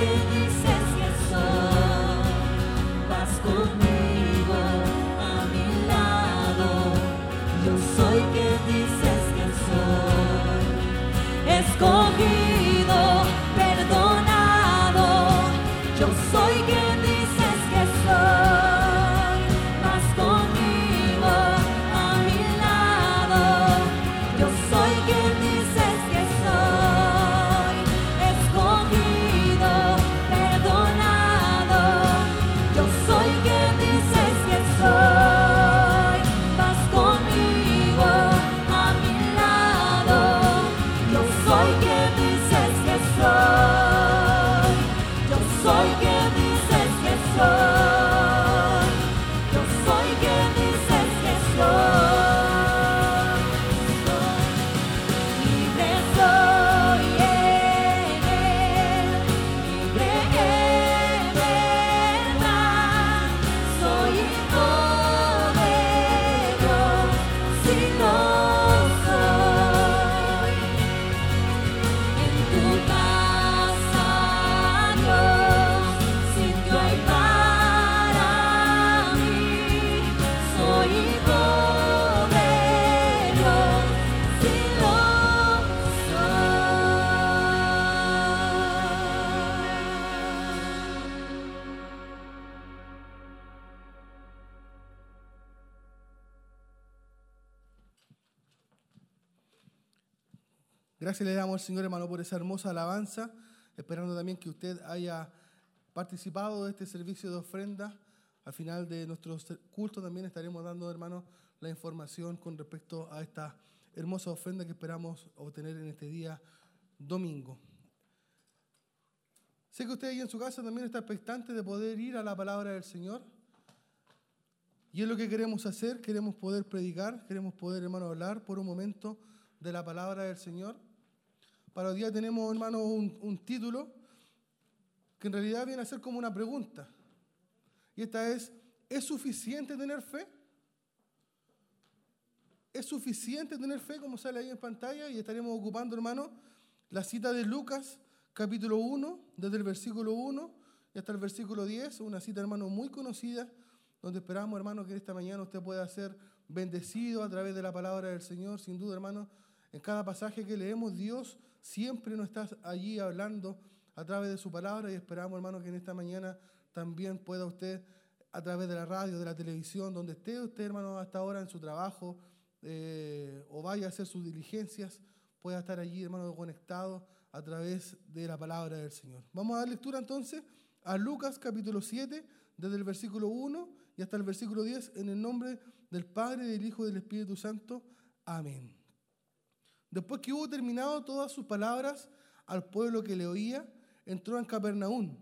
que dices que soy, vas conmigo a mi lado. Yo soy que dices que soy, escogido, perdonado. Yo soy que dices que soy, vas conmigo a mi lado. Yo soy que dices que soy, escogido, perdonado. Yo soy que dices que soy, vas conmigo a mi lado. Yo soy que dices que soy, yo soy que dices que soy, yo soy que dices que soy. Libre soy en él, libre en verdad. Soy hijo de Dios, si lo soy. En tu casa, Dios, sitio hay para mí. Soy hijo de Dios, si lo soy. Gracias le damos al Señor, hermano, por esa hermosa alabanza, esperando también que usted haya participado de este servicio de ofrenda. Al final de nuestro culto también estaremos dando, hermano, la información con respecto a esta hermosa ofrenda que esperamos obtener en este día domingo. Sé que usted ahí en su casa también está expectante de poder ir a la palabra del Señor. Y es lo que queremos hacer, queremos poder predicar, queremos poder, hermano, hablar por un momento de la palabra del Señor. Para hoy día tenemos, hermano, un título que en realidad viene a ser como una pregunta. Y esta ¿es suficiente tener fe? ¿Es suficiente tener fe, como sale ahí en pantalla? Y estaremos ocupando, hermano, la cita de Lucas, capítulo 1, desde el versículo 1 y hasta el versículo 10, una cita, hermano, muy conocida, donde esperamos, hermano, que esta mañana usted pueda ser bendecido a través de la palabra del Señor. Sin duda, hermano, en cada pasaje que leemos, Dios siempre nos está allí hablando a través de su palabra, y esperamos, hermano, que en esta mañana también pueda usted, a través de la radio, de la televisión, donde esté usted, hermano, hasta ahora en su trabajo, o vaya a hacer sus diligencias, pueda estar allí, hermano, conectado a través de la palabra del Señor. Vamos a dar lectura entonces a Lucas capítulo 7, desde el versículo 1 y hasta el versículo 10, en el nombre del Padre, del Hijo y del Espíritu Santo. Amén. Después que hubo terminado todas sus palabras al pueblo que le oía, entró en Capernaum.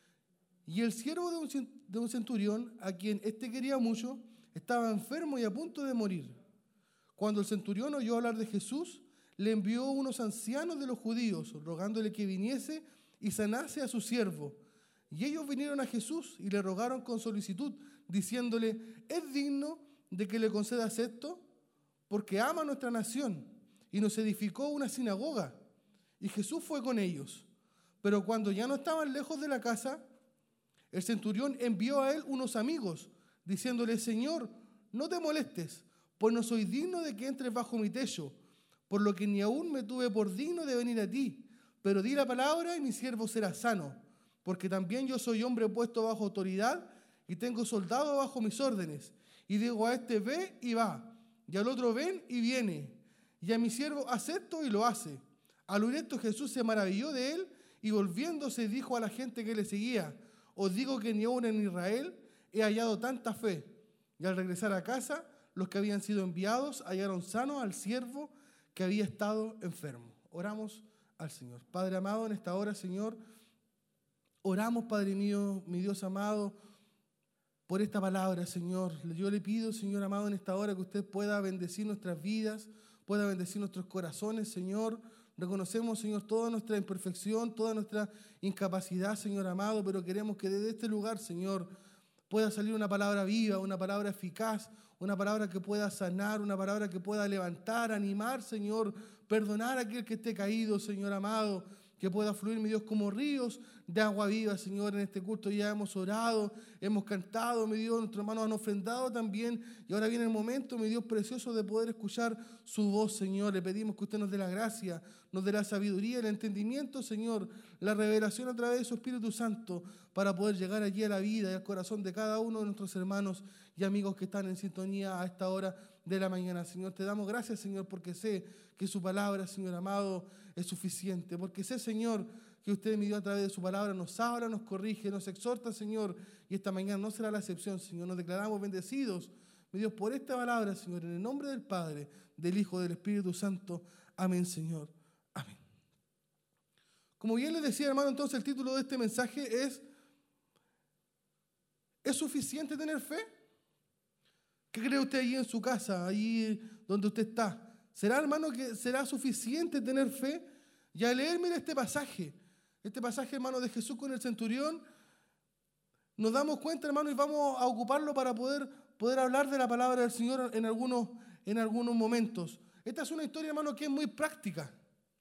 Y el siervo de un centurión, a quien éste quería mucho, estaba enfermo y a punto de morir. Cuando el centurión oyó hablar de Jesús, le envió unos ancianos de los judíos, rogándole que viniese y sanase a su siervo. Y ellos vinieron a Jesús y le rogaron con solicitud, diciéndole: ¿es digno de que le concedas esto? Porque ama nuestra nación y nos edificó una sinagoga. Y Jesús fue con ellos. Pero cuando ya no estaban lejos de la casa, el centurión envió a él unos amigos, diciéndole: Señor, no te molestes, pues no soy digno de que entres bajo mi techo, por lo que ni aún me tuve por digno de venir a ti. Pero di la palabra y mi siervo será sano, porque también yo soy hombre puesto bajo autoridad y tengo soldado bajo mis órdenes. Y digo a este: ve y va, y al otro: ven y viene, y a mi siervo: haz esto, y lo hace. Al oír esto, Jesús se maravilló de él, y volviéndose dijo a la gente que le seguía: os digo que ni aún en Israel he hallado tanta fe. Y al regresar a casa, los que habían sido enviados hallaron sano al siervo que había estado enfermo. Oramos al Señor. Padre amado, en esta hora, Señor, oramos, Padre mío, mi Dios amado, por esta palabra, Señor. Yo le pido, Señor amado, en esta hora que usted pueda bendecir nuestras vidas, pueda bendecir nuestros corazones, Señor. Reconocemos, Señor, toda nuestra imperfección, toda nuestra incapacidad, Señor amado, pero queremos que desde este lugar, Señor, pueda salir una palabra viva, una palabra eficaz, una palabra que pueda sanar, una palabra que pueda levantar, animar, Señor, perdonar a aquel que esté caído, Señor amado, que pueda fluir, mi Dios, como ríos de Agua Viva, Señor. En este culto ya hemos orado, hemos cantado, mi Dios, nuestros hermanos han ofrendado también. Y ahora viene el momento, mi Dios precioso, de poder escuchar su voz, Señor. Le pedimos que usted nos dé la gracia, nos dé la sabiduría, el entendimiento, Señor, la revelación a través de su Espíritu Santo para poder llegar allí a la vida y al corazón de cada uno de nuestros hermanos y amigos que están en sintonía a esta hora de la mañana. Señor, te damos gracias, Señor, porque sé que su palabra, Señor amado, es suficiente. Porque sé, Señor, que usted, mi Dios, a través de su palabra nos habla, nos corrige, nos exhorta, Señor. Y esta mañana no será la excepción, Señor. Nos declaramos bendecidos, mi Dios, por esta palabra, Señor, en el nombre del Padre, del Hijo, del Espíritu Santo. Amén, Señor. Amén. Como bien les decía, hermano, entonces el título de este mensaje ¿es suficiente tener fe? ¿Qué cree usted allí en su casa, allí donde usted está? ¿Será, hermano, que será suficiente tener fe? Y al leer, mire este pasaje, hermano, de Jesús con el centurión, nos damos cuenta, hermano, y vamos a ocuparlo para poder hablar de la palabra del Señor en algunos momentos. Esta es una historia, hermano, que es muy práctica.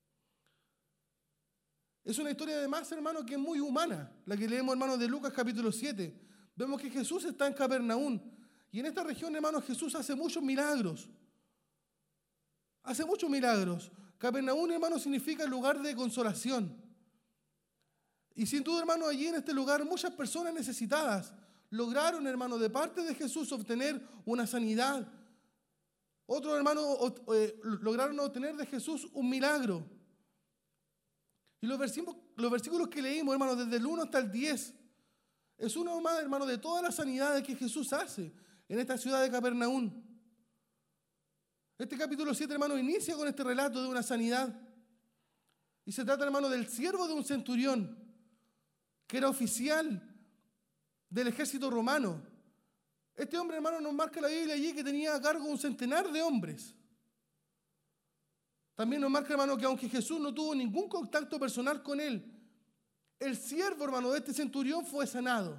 Es una historia, además, hermano, que es muy humana, la que leemos, hermano, de Lucas capítulo 7. Vemos que Jesús está en Capernaum. Y en esta región, hermano, Jesús hace muchos milagros. Hace muchos milagros. Capernaum, hermano, significa lugar de consolación. Y sin duda, hermano, allí en este lugar muchas personas necesitadas lograron, hermano, de parte de Jesús obtener una sanidad. Otros, hermano, lograron obtener de Jesús un milagro. Y los versículos que leímos, hermano, desde el 1 hasta el 10, es uno más, hermano, de todas las sanidades que Jesús hace en esta ciudad de Capernaum. Este capítulo 7, hermano, inicia con este relato de una sanidad. Y se trata, hermano, del siervo de un centurión, que era oficial del ejército romano. Este hombre, hermano, nos marca la Biblia allí que tenía a cargo un centenar de hombres. También nos marca, hermano, que aunque Jesús no tuvo ningún contacto personal con él, el siervo, hermano, de este centurión fue sanado.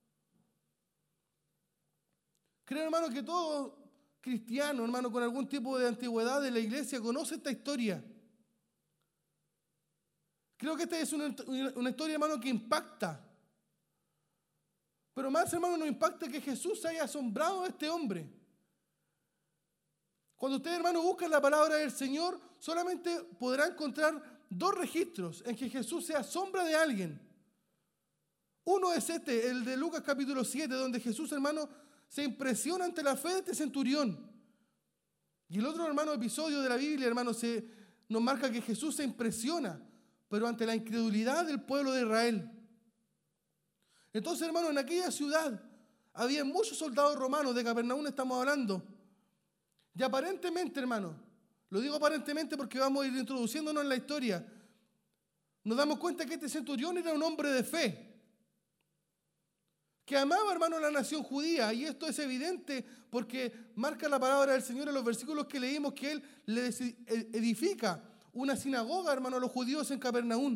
Creo, hermano, que todo cristiano, hermano, con algún tipo de antigüedad de la iglesia conoce esta historia. Creo que esta es una historia, hermano, que impacta. Pero más, hermano, nos impacta que Jesús se haya asombrado de este hombre. Cuando ustedes, hermano, buscan la palabra del Señor, solamente podrán encontrar dos registros en que Jesús se asombra de alguien. Uno es el de Lucas capítulo 7, donde Jesús, hermano, se impresiona ante la fe de este centurión. Y el otro, hermano, episodio de la Biblia, hermano, nos marca que Jesús se impresiona, pero ante la incredulidad del pueblo de Israel. Entonces, hermano, en aquella ciudad había muchos soldados romanos, de Capernaum estamos hablando. Y aparentemente, hermano, lo digo aparentemente porque vamos a ir introduciéndonos en la historia, nos damos cuenta que este centurión era un hombre de fe, que amaba, hermano, la nación judía. Y esto es evidente porque marca la palabra del Señor en los versículos que leímos, que él le edifica una sinagoga, hermano, a los judíos en Capernaum.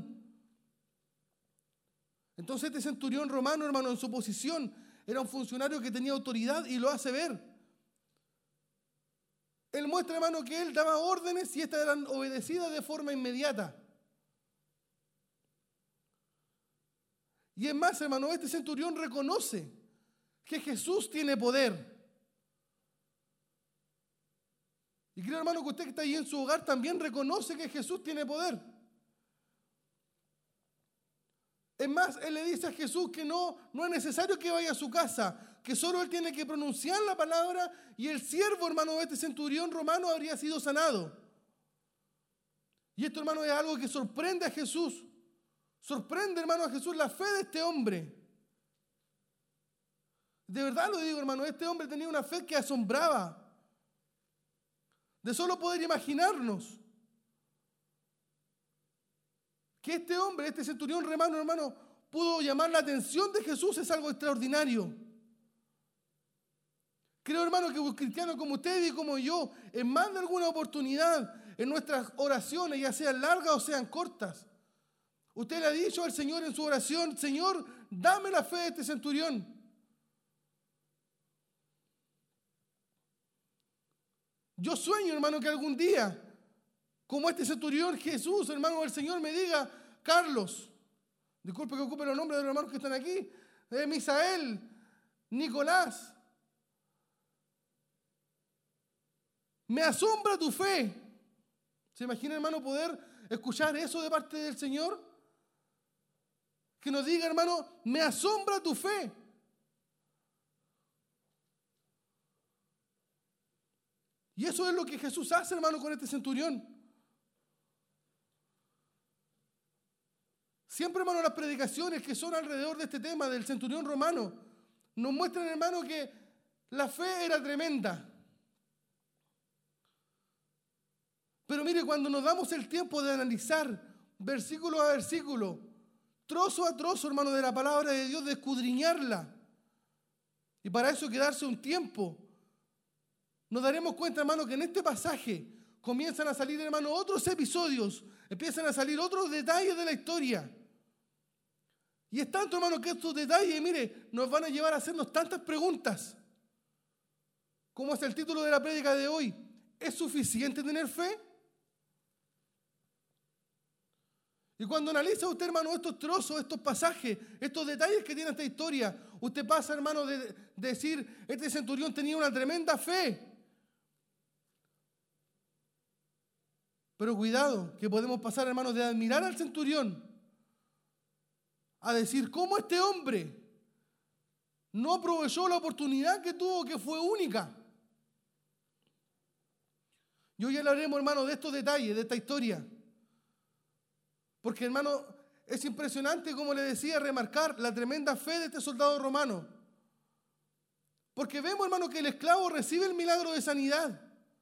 Entonces este centurión romano, hermano, en su posición, era un funcionario que tenía autoridad y lo hace ver. Él muestra, hermano, que él daba órdenes y estas eran obedecidas de forma inmediata. Y es más, hermano, este centurión reconoce que Jesús tiene poder. Y creo, hermano, que usted que está ahí en su hogar también reconoce que Jesús tiene poder. Es más, él le dice a Jesús que no es necesario que vaya a su casa, que solo él tiene que pronunciar la palabra y el siervo, hermano, de este centurión romano habría sido sanado. Y esto, hermano, es algo que sorprende a Jesús. Sorprende, hermano, a Jesús la fe de este hombre. De verdad lo digo, hermano, este hombre tenía una fe que asombraba. De solo poder imaginarnos que este hombre, este centurión romano, hermano, pudo llamar la atención de Jesús es algo extraordinario. Creo, hermano, que un cristiano como usted y como yo, en más de alguna oportunidad, en nuestras oraciones, ya sean largas o sean cortas, usted le ha dicho al Señor en su oración: Señor, dame la fe de este centurión. Yo sueño, hermano, que algún día, como este centurión, Jesús, hermano, el Señor me diga: Carlos, Disculpe que ocupe los nombres de los hermanos que están aquí. Misael, Nicolás. Me asombra tu fe. ¿Se imagina, hermano, poder escuchar eso de parte del Señor? Que nos diga, hermano, me asombra tu fe. Y eso es lo que Jesús hace, hermano, con este centurión. Siempre, hermano, las predicaciones que son alrededor de este tema del centurión romano nos muestran, hermano, que la fe era tremenda. Pero mire, cuando nos damos el tiempo de analizar versículo a versículo, trozo a trozo, hermano, de la palabra de Dios, de escudriñarla, y para eso quedarse un tiempo, nos daremos cuenta, hermano, que en este pasaje comienzan a salir, hermano, otros episodios, empiezan a salir otros detalles de la historia. Y es tanto, hermano, que estos detalles, mire, nos van a llevar a hacernos tantas preguntas. ¿Cómo es el título de la prédica de hoy? ¿Es suficiente tener fe? Y cuando analiza usted, hermano, estos trozos, estos pasajes, estos detalles que tiene esta historia, usted pasa, hermano, de decir, este centurión tenía una tremenda fe. Pero cuidado, que podemos pasar, hermano, de admirar al centurión a decir cómo este hombre no aprovechó la oportunidad que tuvo, que fue única. Y hoy hablaremos, hermano, de estos detalles, de esta historia. Porque, hermano, es impresionante, como le decía, remarcar la tremenda fe de este soldado romano. Porque vemos, hermano, que el esclavo recibe el milagro de sanidad.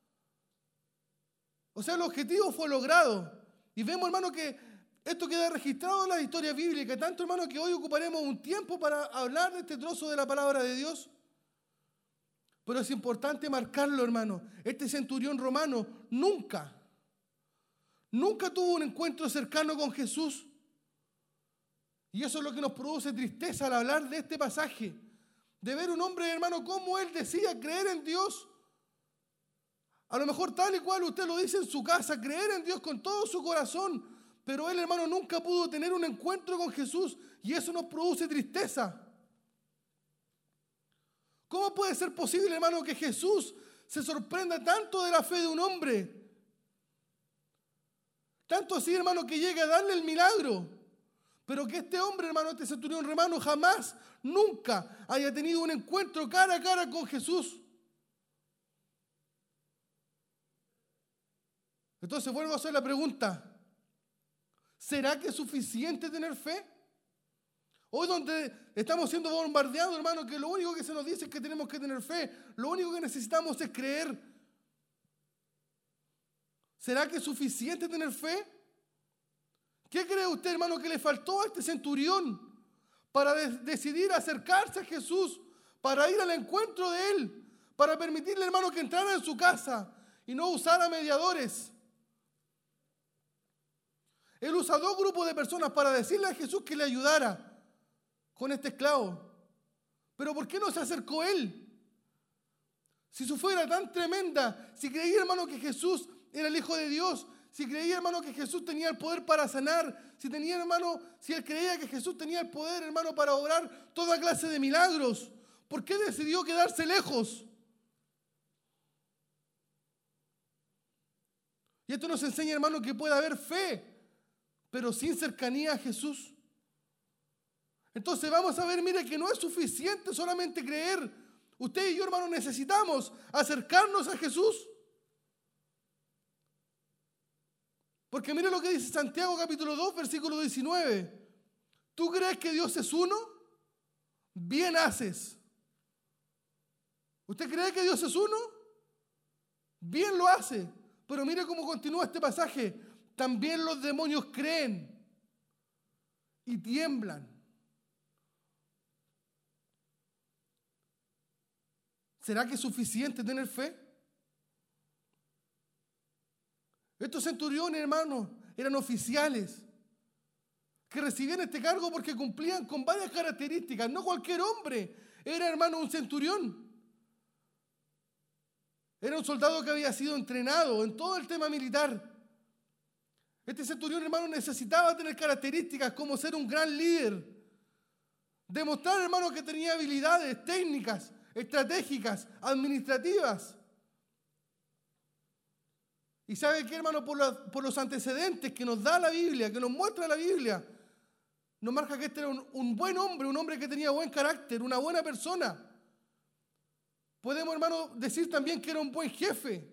O sea, el objetivo fue logrado. Y vemos, hermano, que esto queda registrado en las historias bíblicas. Tanto, hermano, que hoy ocuparemos un tiempo para hablar de este trozo de la palabra de Dios. Pero es importante marcarlo, hermano. Este centurión romano nunca tuvo un encuentro cercano con Jesús. Y eso es lo que nos produce tristeza al hablar de este pasaje. De ver un hombre, hermano, cómo él decía creer en Dios. A lo mejor tal y cual usted lo dice en su casa, creer en Dios con todo su corazón. Pero él, hermano, nunca pudo tener un encuentro con Jesús. Y eso nos produce tristeza. ¿Cómo puede ser posible, hermano, que Jesús se sorprenda tanto de la fe de un hombre? Tanto así, hermano, que llegue a darle el milagro. Pero que este hombre, hermano, este centurión romano, jamás, nunca haya tenido un encuentro cara a cara con Jesús. Entonces vuelvo a hacer la pregunta. ¿Será que es suficiente tener fe? Hoy donde estamos siendo bombardeados, hermano, que lo único que se nos dice es que tenemos que tener fe. Lo único que necesitamos es creer. ¿Será que es suficiente tener fe? ¿Qué cree usted, hermano, que le faltó a este centurión para decidir acercarse a Jesús, para ir al encuentro de Él, para permitirle, hermano, que entrara en su casa y no usara mediadores? Él usa dos grupos de personas para decirle a Jesús que le ayudara con este esclavo. Pero ¿por qué no se acercó él? Si su fe era tan tremenda, si creía, hermano, que Jesús era el Hijo de Dios, si creía, hermano, que Jesús tenía el poder para sanar, si él creía que Jesús tenía el poder, hermano, para obrar toda clase de milagros, ¿por qué decidió quedarse lejos? Y esto nos enseña, hermano, que puede haber fe, pero sin cercanía a Jesús. Entonces vamos a ver, mire, que no es suficiente solamente creer. Usted y yo, hermano, necesitamos acercarnos a Jesús. Porque mire lo que dice Santiago capítulo 2, versículo 19. ¿Tú crees que Dios es uno? Bien haces. ¿Usted cree que Dios es uno? Bien lo hace. Pero mire cómo continúa este pasaje. También los demonios creen y tiemblan. ¿Será que es suficiente tener fe? Estos centuriones, hermanos, eran oficiales que recibían este cargo porque cumplían con varias características. No cualquier hombre era, hermano, un centurión. Era un soldado que había sido entrenado en todo el tema militar. Este centurión, hermano, necesitaba tener características como ser un gran líder. Demostrar, hermano, que tenía habilidades técnicas, estratégicas, administrativas. Y ¿sabe qué, hermano? Por los antecedentes que nos da la Biblia, que nos muestra la Biblia, nos marca que este era un buen hombre, un hombre que tenía buen carácter, una buena persona. Podemos, hermano, decir también que era un buen jefe.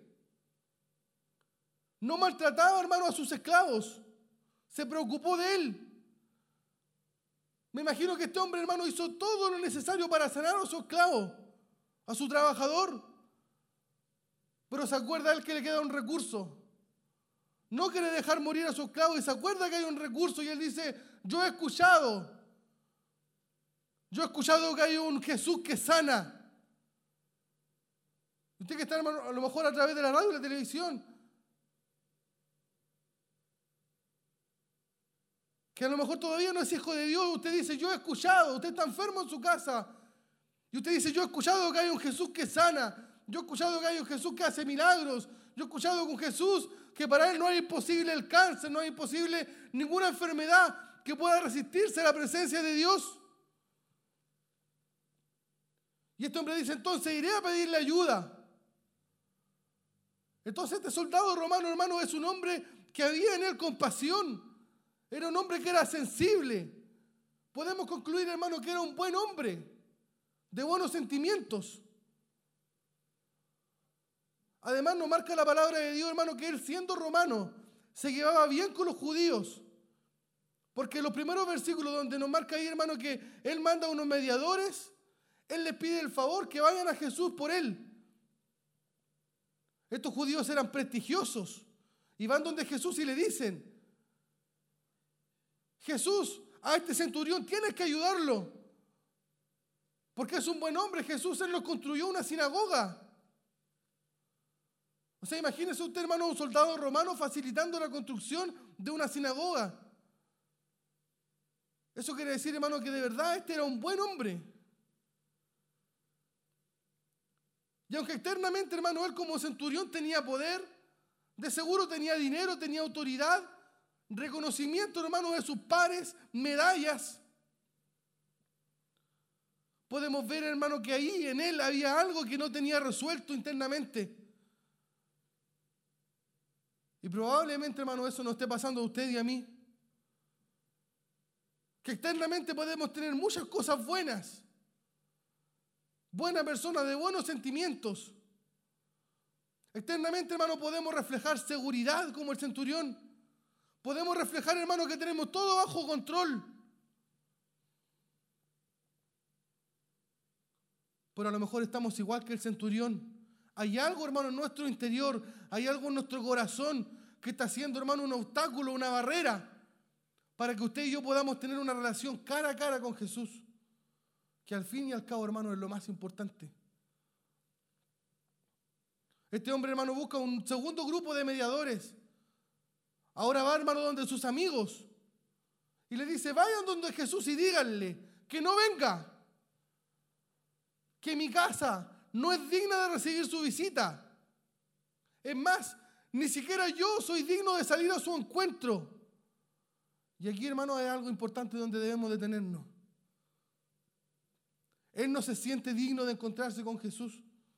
No maltrataba, hermano, a sus esclavos. Se preocupó de él. Me imagino que este hombre, hermano, hizo todo lo necesario para sanar a su esclavo, a su trabajador. Pero se acuerda él que le queda un recurso. No quiere dejar morir a su esclavo y se acuerda que hay un recurso y él dice, yo he escuchado que hay un Jesús que sana. Usted que está, hermano, a lo mejor a través de la radio y la televisión, que a lo mejor todavía no es hijo de Dios, usted dice, yo he escuchado, usted está enfermo en su casa, y usted dice, yo he escuchado que hay un Jesús que sana, yo he escuchado que hay un Jesús que hace milagros, yo he escuchado que un Jesús que para él no es imposible el cáncer, no es imposible ninguna enfermedad que pueda resistirse a la presencia de Dios. Y este hombre dice, entonces iré a pedirle ayuda. Entonces este soldado romano, hermano, es un hombre que había en él compasión. Era un hombre que era sensible. Podemos concluir, hermano, que era un buen hombre, de buenos sentimientos. Además nos marca la palabra de Dios, hermano, que él siendo romano se llevaba bien con los judíos. Porque en los primeros versículos donde nos marca ahí, hermano, que él manda a unos mediadores, él les pide el favor que vayan a Jesús por él. Estos judíos eran prestigiosos y van donde Jesús y le dicen, Jesús, a este centurión tienes que ayudarlo, porque es un buen hombre. Jesús, él nos construyó una sinagoga. O sea, imagínese usted, hermano, un soldado romano facilitando la construcción de una sinagoga. Eso quiere decir, hermano, que de verdad este era un buen hombre. Y aunque externamente, hermano, él como centurión tenía poder, de seguro tenía dinero, tenía autoridad, reconocimiento, hermano, de sus pares, medallas. Podemos ver, hermano, que ahí en él había algo que no tenía resuelto internamente. Y probablemente, hermano, eso nos esté pasando a usted y a mí. Que externamente podemos tener muchas cosas buenas. Buena persona, de buenos sentimientos. Externamente, hermano, podemos reflejar seguridad como el centurión. Podemos reflejar, hermano, que tenemos todo bajo control. Pero a lo mejor estamos igual que el centurión. Hay algo, hermano, en nuestro interior, hay algo en nuestro corazón que está haciendo, hermano, un obstáculo, una barrera, para que usted y yo podamos tener una relación cara a cara con Jesús. Que al fin y al cabo, hermano, es lo más importante. Este hombre, hermano, busca un segundo grupo de mediadores. Ahora va, hermano, donde sus amigos. Y le dice, vayan donde Jesús y díganle que no venga. Que mi casa no es digna de recibir su visita. Es más, ni siquiera yo soy digno de salir a su encuentro. Y aquí, hermano, hay algo importante donde debemos detenernos. Él no se siente digno de encontrarse con Jesús.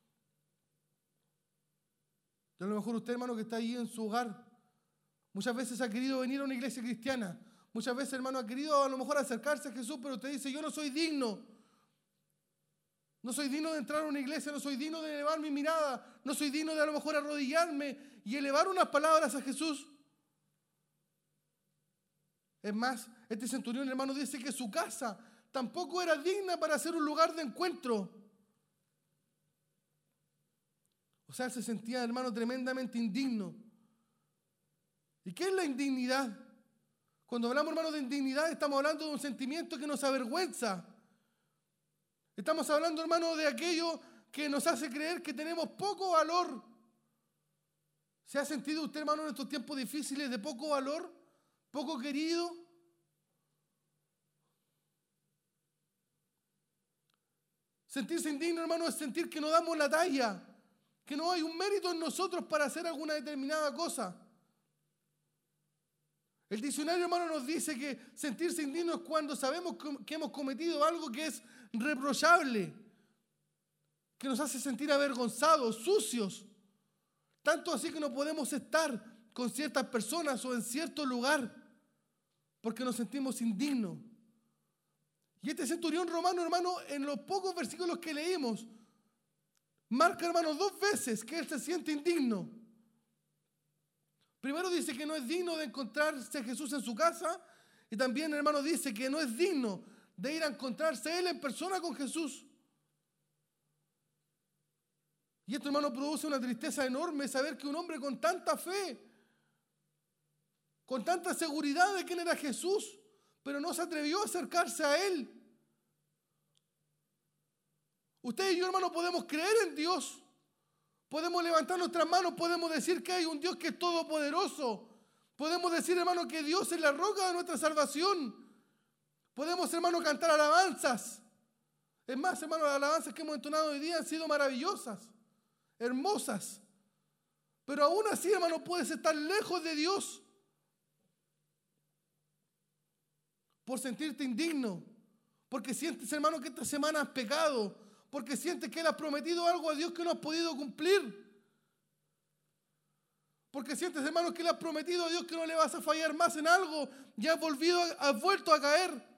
Y a lo mejor usted, hermano, que está ahí en su hogar, muchas veces ha querido venir a una iglesia cristiana. Muchas veces, hermano, ha querido a lo mejor acercarse a Jesús, pero usted dice, yo no soy digno. No soy digno de entrar a una iglesia, no soy digno de elevar mi mirada, no soy digno de a lo mejor arrodillarme y elevar unas palabras a Jesús. Es más, este centurión, hermano, dice que su casa tampoco era digna para ser un lugar de encuentro. O sea, él se sentía, hermano, tremendamente indigno. ¿Y qué es la indignidad? Cuando hablamos, hermano, de indignidad, estamos hablando de un sentimiento que nos avergüenza. Estamos hablando, hermano, de aquello que nos hace creer que tenemos poco valor. ¿Se ha sentido usted, hermano, en estos tiempos difíciles de poco valor? ¿Poco querido? Sentirse indigno, hermano, es sentir que no damos la talla, que no hay un mérito en nosotros para hacer alguna determinada cosa. El diccionario, hermano, nos dice que sentirse indigno es cuando sabemos que hemos cometido algo que es reprochable, que nos hace sentir avergonzados, sucios. Tanto así que no podemos estar con ciertas personas o en cierto lugar porque nos sentimos indignos. Y este centurión romano, hermano, en los pocos versículos que leímos, marca, hermano, 2 veces que él se siente indigno. Primero dice que no es digno de encontrarse Jesús en su casa, y también, hermano, dice que no es digno de ir a encontrarse él en persona con Jesús. Y esto, hermano, produce una tristeza enorme saber que un hombre con tanta fe, con tanta seguridad de quién era Jesús, pero no se atrevió a acercarse a él. Usted y yo, hermano, podemos creer en Dios. Podemos levantar nuestras manos, podemos decir que hay un Dios que es todopoderoso. Podemos decir, hermano, que Dios es la roca de nuestra salvación. Podemos, hermano, cantar alabanzas. Es más, hermano, las alabanzas que hemos entonado hoy día han sido maravillosas, hermosas. Pero aún así, hermano, puedes estar lejos de Dios por sentirte indigno, porque sientes, hermano, que esta semana has pecado, porque sientes que Él ha prometido algo a Dios que no has podido cumplir, porque sientes, hermano, que le has prometido a Dios que no le vas a fallar más en algo y has vuelto a caer.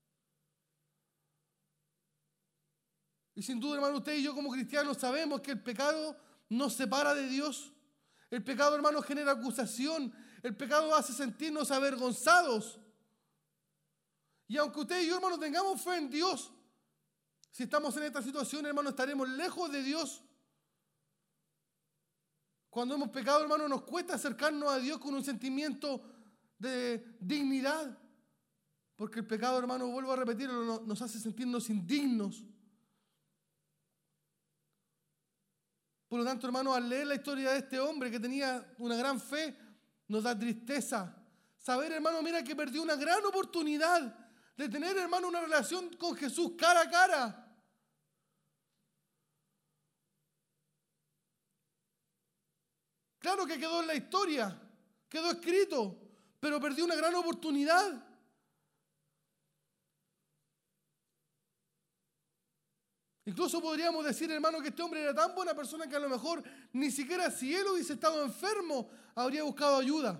Y sin duda, hermano, usted y yo como cristianos sabemos que el pecado nos separa de Dios. El pecado, hermano, genera acusación. El pecado hace sentirnos avergonzados. Y aunque usted y yo, hermano, tengamos fe en Dios, si estamos en esta situación, hermano, estaremos lejos de Dios. Cuando hemos pecado, hermano, nos cuesta acercarnos a Dios con un sentimiento de dignidad. Porque el pecado, hermano, vuelvo a repetirlo, nos hace sentirnos indignos. Por lo tanto, hermano, al leer la historia de este hombre que tenía una gran fe, nos da tristeza. Saber, hermano, mira que perdió una gran oportunidad de tener, hermano, una relación con Jesús cara a cara. Claro que quedó en la historia, quedó escrito, pero perdió una gran oportunidad. Incluso podríamos decir, hermano, que este hombre era tan buena persona que a lo mejor ni siquiera si él hubiese estado enfermo habría buscado ayuda.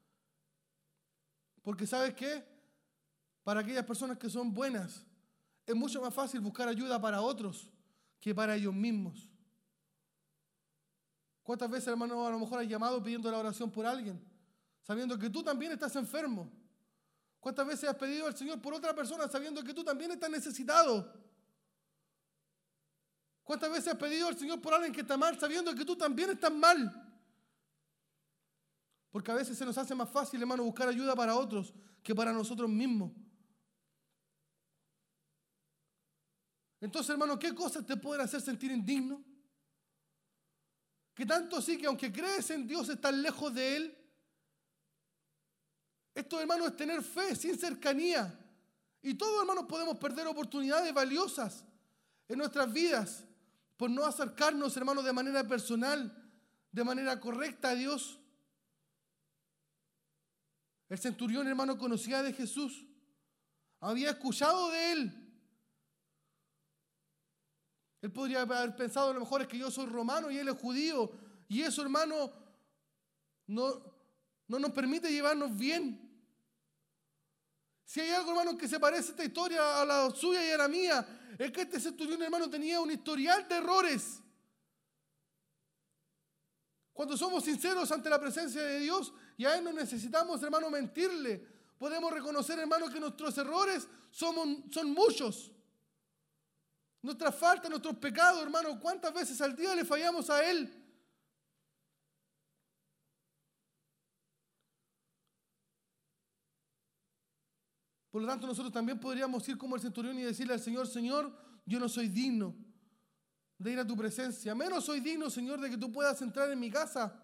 Porque ¿sabes qué? Para aquellas personas que son buenas es mucho más fácil buscar ayuda para otros que para ellos mismos. ¿Cuántas veces, hermano, a lo mejor has llamado pidiendo la oración por alguien, sabiendo que tú también estás enfermo? ¿Cuántas veces has pedido al Señor por otra persona sabiendo que tú también estás necesitado? ¿Cuántas veces has pedido al Señor por alguien que está mal sabiendo que tú también estás mal? Porque a veces se nos hace más fácil, hermano, buscar ayuda para otros que para nosotros mismos. Entonces, hermano, ¿qué cosas te pueden hacer sentir indigno? Que tanto así que aunque crees en Dios estás lejos de Él. Esto, hermano, es tener fe sin cercanía. Y todos, hermanos, podemos perder oportunidades valiosas en nuestras vidas por no acercarnos, hermanos, de manera personal, de manera correcta a Dios. El centurión, hermano, conocía de Jesús. Había escuchado de Él. Él podría haber pensado, a lo mejor es que yo soy romano y Él es judío. Y eso, hermano, no nos permite llevarnos bien. Si hay algo, hermano, que se parece a esta historia a la suya y a la mía, es que este centurión, hermano, tenía un historial de errores. Cuando somos sinceros ante la presencia de Dios y a Él no necesitamos, hermano, mentirle, podemos reconocer, hermano, que nuestros errores son muchos. Nuestras faltas, nuestros pecados, hermano, ¿cuántas veces al día le fallamos a Él? Por lo tanto, nosotros también podríamos ir como el centurión y decirle al Señor: Señor, yo no soy digno de ir a tu presencia. Menos soy digno, Señor, de que tú puedas entrar en mi casa.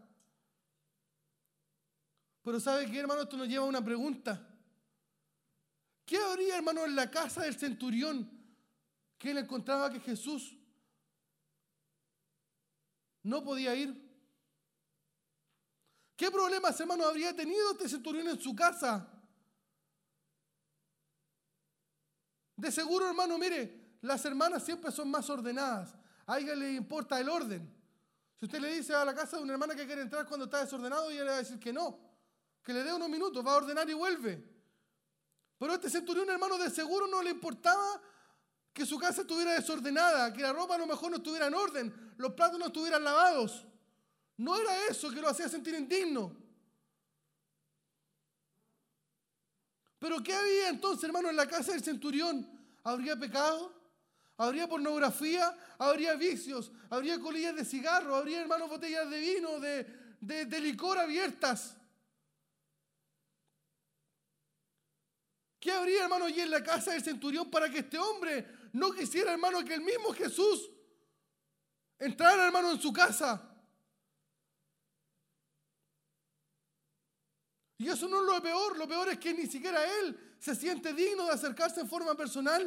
Pero ¿sabe qué, hermano? Esto nos lleva a una pregunta. ¿Qué habría, hermano, en la casa del centurión que él encontraba que Jesús no podía ir? ¿Qué problemas, hermano, habría tenido este centurión en su casa? De seguro, hermano, mire, las hermanas siempre son más ordenadas. A ella le importa el orden. Si usted le dice a la casa de una hermana que quiere entrar cuando está desordenado, ella le va a decir que no, que le dé unos minutos, va a ordenar y vuelve. Pero a este centurión, hermano, de seguro no le importaba que su casa estuviera desordenada, que la ropa a lo mejor no estuviera en orden, los platos no estuvieran lavados. No era eso que lo hacía sentir indigno. Pero ¿qué había entonces, hermano, en la casa del centurión? ¿Habría pecado? ¿Habría pornografía? ¿Habría vicios? ¿Habría colillas de cigarro? ¿Habría, hermano, botellas de vino, de licor abiertas? ¿Qué habría, hermano, allí en la casa del centurión para que este hombre no quisiera, hermano, que el mismo Jesús entrara, hermano, en su casa? Y eso no es lo peor es que ni siquiera él se siente digno de acercarse en forma personal.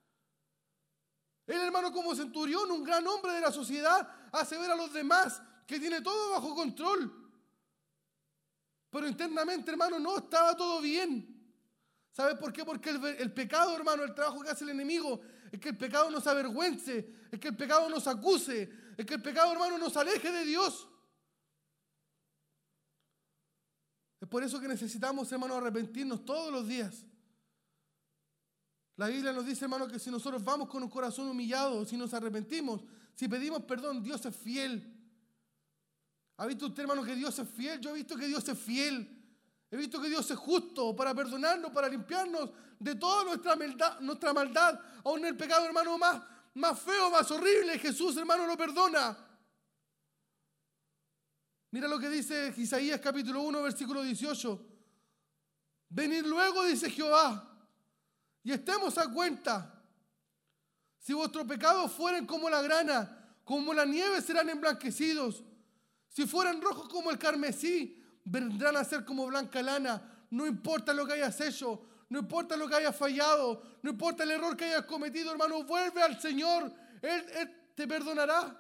Él, hermano, como centurión, un gran hombre de la sociedad, hace ver a los demás que tiene todo bajo control. Pero internamente, hermano, no estaba todo bien. ¿Sabe por qué? Porque el pecado, hermano, el trabajo que hace el enemigo, es que el pecado nos avergüence, es que el pecado nos acuse, es que el pecado, hermano, nos aleje de Dios. Es por eso que necesitamos, hermano, arrepentirnos todos los días. La Biblia nos dice, hermano, que si nosotros vamos con un corazón humillado, si nos arrepentimos, si pedimos perdón, Dios es fiel. ¿Ha visto usted, hermano, que Dios es fiel? Yo he visto que Dios es fiel. He visto que Dios es justo para perdonarnos, para limpiarnos de toda nuestra maldad. Aún el pecado, hermano, más feo, más horrible, Jesús, hermano, lo perdona. Mira lo que dice Isaías capítulo 1, versículo 18. Venid luego, dice Jehová, y estemos a cuenta. Si vuestros pecados fueren como la grana, como la nieve serán emblanquecidos. Si fueran rojos como el carmesí, vendrán a ser como blanca lana. No importa lo que hayas hecho, no importa lo que hayas fallado, no importa el error que hayas cometido, hermano, vuelve al Señor. Él te perdonará.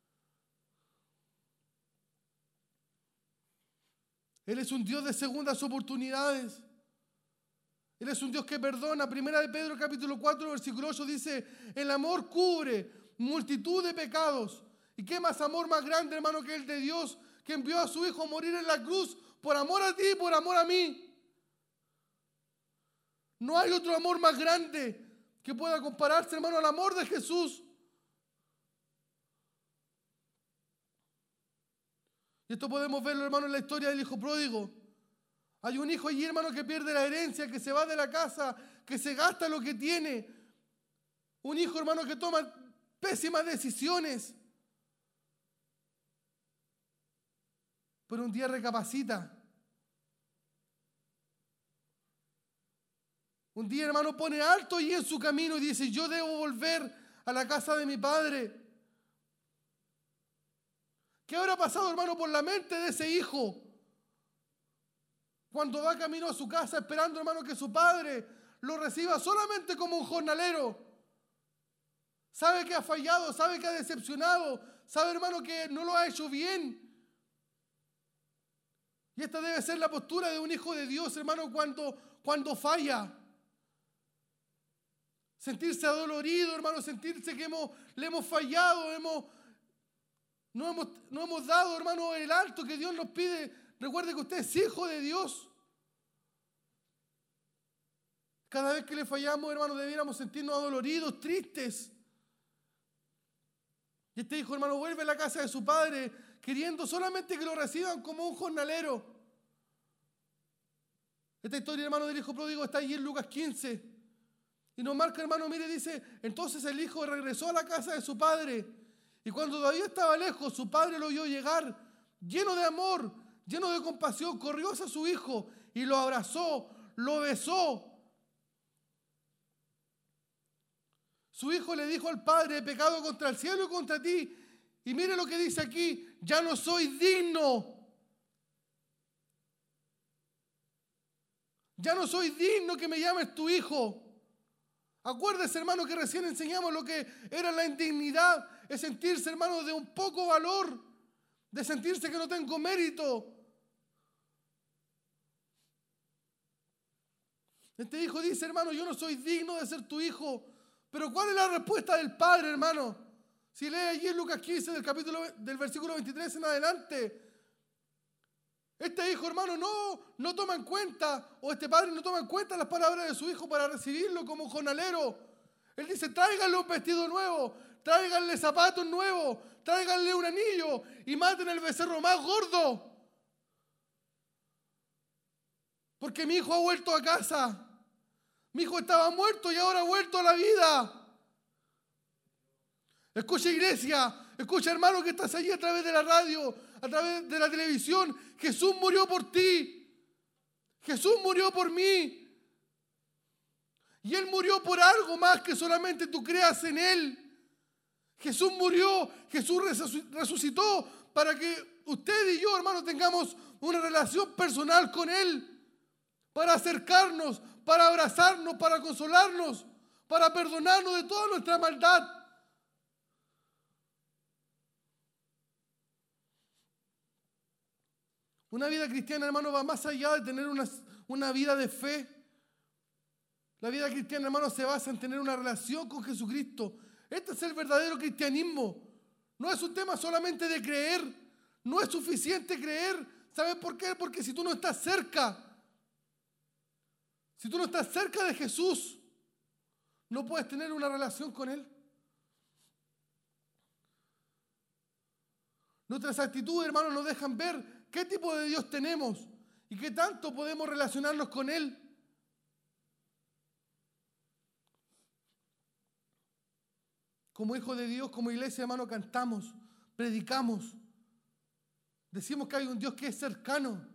Él es un Dios de segundas oportunidades. Él es un Dios que perdona. Primera de Pedro capítulo 4 versículo 8 dice, el amor cubre multitud de pecados. ¿Y qué más amor más grande, hermano, que el de Dios, que envió a su Hijo a morir en la cruz por amor a ti y por amor a mí? No hay otro amor más grande que pueda compararse, hermano, al amor de Jesús. Y esto podemos verlo, hermano, en la historia del hijo pródigo. Hay un hijo allí, hermano, que pierde la herencia, que se va de la casa, que se gasta lo que tiene. Un hijo, hermano, que toma pésimas decisiones. Pero un día recapacita. Un día, hermano, pone alto allí en su camino y dice, yo debo volver a la casa de mi padre. ¿Qué habrá pasado, hermano, por la mente de ese hijo? Cuando va camino a su casa esperando, hermano, que su padre lo reciba solamente como un jornalero. Sabe que ha fallado, sabe que ha decepcionado, sabe, hermano, que no lo ha hecho bien. Y esta debe ser la postura de un hijo de Dios, hermano, cuando falla. Sentirse adolorido, hermano, sentirse que le hemos fallado, no hemos dado, hermano, el alto que Dios nos pide. Recuerde que usted es hijo de Dios. Cada vez que le fallamos, hermano, debiéramos sentirnos adoloridos, tristes. Y este hijo, hermano, vuelve a la casa de su padre queriendo solamente que lo reciban como un jornalero. Esta historia, hermano, del hijo pródigo está allí en Lucas 15. Y nos marca, hermano, mire, dice, entonces el hijo regresó a la casa de su padre. Y cuando todavía estaba lejos, su padre lo vio llegar, lleno de amor, lleno de compasión, corrió hacia su hijo y lo abrazó, lo besó. Su hijo le dijo al padre, he pecado contra el cielo y contra ti. Y mire lo que dice aquí, ya no soy digno. Ya no soy digno que me llames tu hijo. Acuérdese, hermano, que recién enseñamos lo que era la indignidad, es sentirse, hermano, de un poco valor, de sentirse que no tengo mérito, Este hijo dice, hermano, yo no soy digno de ser tu hijo. Pero ¿cuál es la respuesta del padre, hermano? Si lee allí en Lucas 15, del versículo 23 en adelante, este hijo, hermano, no toma en cuenta, o este padre no toma en cuenta las palabras de su hijo para recibirlo como jornalero. Él dice, tráiganle un vestido nuevo, tráiganle zapatos nuevos, tráiganle un anillo y maten el becerro más gordo. Porque mi hijo ha vuelto a casa. Mi hijo estaba muerto y ahora ha vuelto a la vida. Escucha, iglesia, escucha, hermano, que estás allí a través de la radio, a través de la televisión. Jesús murió por ti. Jesús murió por mí. Y Él murió por algo más que solamente tú creas en Él. Jesús murió, Jesús resucitó para que usted y yo, hermano, tengamos una relación personal con Él. Para acercarnos, para abrazarnos, para consolarnos, para perdonarnos de toda nuestra maldad. Una vida cristiana, hermano, va más allá de tener una vida de fe. La vida cristiana, hermano, se basa en tener una relación con Jesucristo. Este es el verdadero cristianismo. No es un tema solamente de creer. No es suficiente creer. ¿Sabes por qué? Porque si tú no estás cerca, de Jesús, no puedes tener una relación con Él. Nuestras actitudes, hermanos, nos dejan ver qué tipo de Dios tenemos y qué tanto podemos relacionarnos con Él. Como hijos de Dios, como iglesia, hermano, cantamos, predicamos. Decimos que hay un Dios que es cercano.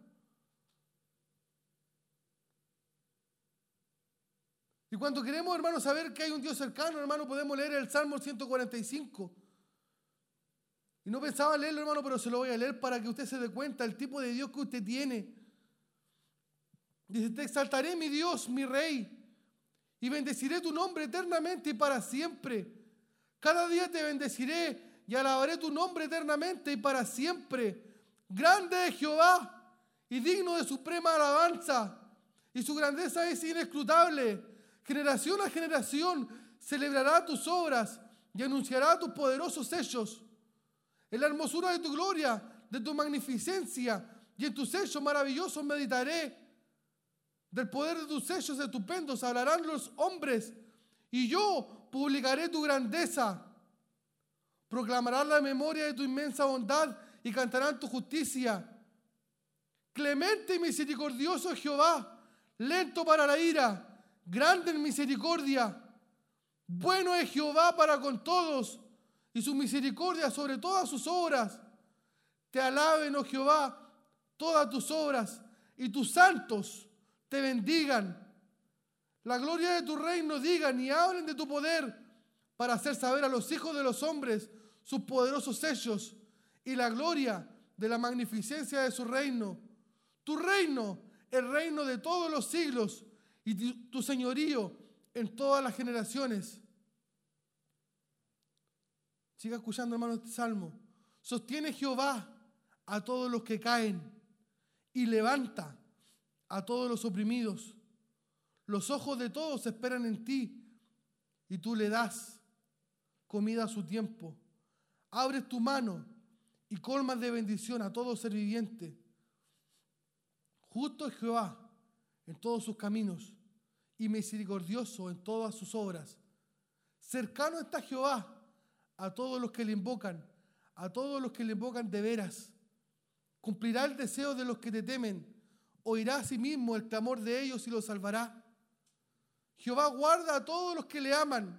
Y cuando queremos, hermano, saber que hay un Dios cercano, hermano, podemos leer el Salmo 145. Y no pensaba leerlo, hermano, pero se lo voy a leer para que usted se dé cuenta del tipo de Dios que usted tiene. Dice, te exaltaré, mi Dios, mi Rey, y bendeciré tu nombre eternamente y para siempre. Cada día te bendeciré y alabaré tu nombre eternamente y para siempre. Grande es Jehová y digno de suprema alabanza, y su grandeza es inescrutable. Generación a generación celebrará tus obras y anunciará tus poderosos hechos. En la hermosura de tu gloria, de tu magnificencia y en tus hechos maravillosos meditaré. Del poder de tus hechos estupendos hablarán los hombres, y yo publicaré tu grandeza. Proclamarán la memoria de tu inmensa bondad y cantarán tu justicia. Clemente y misericordioso es Jehová, lento para la ira, grande en misericordia. Bueno es Jehová para con todos, y su misericordia sobre todas sus obras. Te alaben, oh Jehová, todas tus obras, y tus santos te bendigan. La gloria de tu reino digan y hablen de tu poder, para hacer saber a los hijos de los hombres sus poderosos hechos y la gloria de la magnificencia de su reino. Tu reino, el reino de todos los siglos, y tu señorío en todas las generaciones. Siga escuchando, hermano, este salmo. Sostiene Jehová a todos los que caen y levanta a todos los oprimidos. Los ojos de todos esperan en ti y tú le das comida a su tiempo. Abres tu mano y colmas de bendición a todo ser viviente. Justo es Jehová en todos sus caminos y misericordioso en todas sus obras. Cercano está Jehová a todos los que le invocan, a todos los que le invocan de veras. Cumplirá el deseo de los que te temen, oirá a sí mismo el clamor de ellos y los salvará. Jehová guarda a todos los que le aman,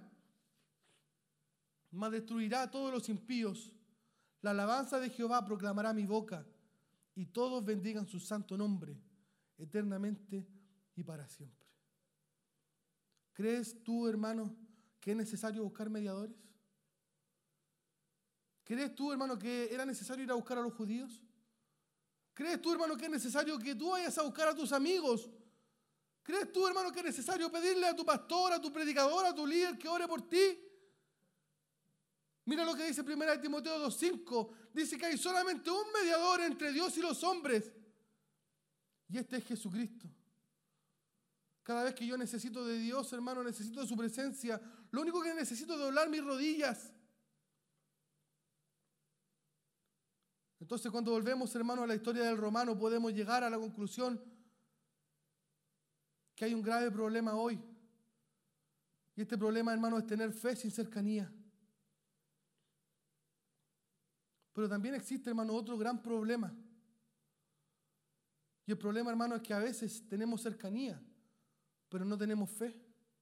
mas destruirá a todos los impíos. La alabanza de Jehová proclamará mi boca, y todos bendigan su santo nombre, eternamente y para siempre. ¿Crees tú, hermano, que es necesario buscar mediadores? ¿Crees tú, hermano, que era necesario ir a buscar a los judíos? ¿Crees tú, hermano, que es necesario que tú vayas a buscar a tus amigos? ¿Crees tú, hermano, que es necesario pedirle a tu pastor, a tu predicador, a tu líder que ore por ti? Mira lo que dice 1 Timoteo 2:5. Dice que hay solamente un mediador entre Dios y los hombres. Y este es Jesucristo. Cada vez que yo necesito de Dios, hermano, necesito de su presencia, lo único que necesito es doblar mis rodillas. Entonces, cuando volvemos, hermano, a la historia del romano, podemos llegar a la conclusión que hay un grave problema hoy. Y este problema, hermano, es tener fe sin cercanía. Pero también existe, hermano, otro gran problema. Y el problema, hermano, es que a veces tenemos cercanía, pero no tenemos fe.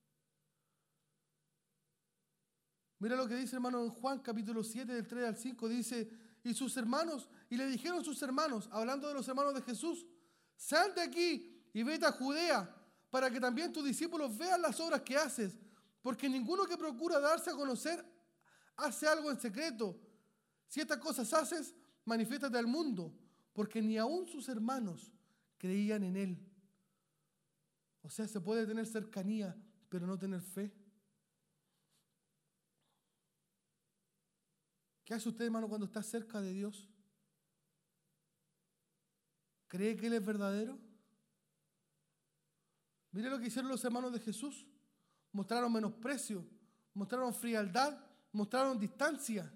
Mira lo que dice, hermano, en Juan capítulo 7, del 3 al 5, dice: y sus hermanos, y le dijeron sus hermanos, hablando de los hermanos de Jesús: sal de aquí y vete a Judea, para que también tus discípulos vean las obras que haces, porque ninguno que procura darse a conocer hace algo en secreto. Si estas cosas haces, manifiéstate al mundo, porque ni aun sus hermanos creían en él. O sea, se puede tener cercanía, pero no tener fe. ¿Qué hace usted, hermano, cuando está cerca de Dios? ¿Cree que Él es verdadero? Mire lo que hicieron los hermanos de Jesús. Mostraron menosprecio, mostraron frialdad, mostraron distancia.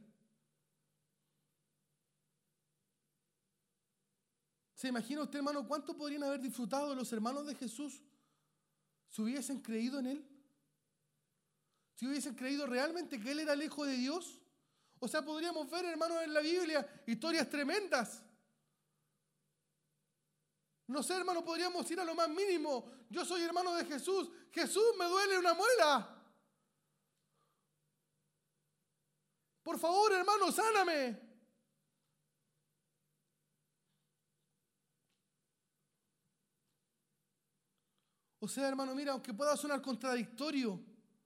¿Se imagina usted, hermano, cuánto podrían haber disfrutado los hermanos de Jesús si hubiesen creído en Él? Si hubiesen creído realmente que Él era el Hijo de Dios. O sea, podríamos ver, hermanos, en la Biblia historias tremendas. No sé, hermano, podríamos ir a lo más mínimo. Yo soy hermano de Jesús. Jesús, me duele una muela. Por favor, hermano, sáname. O sea, hermano, mira, aunque pueda sonar contradictorio,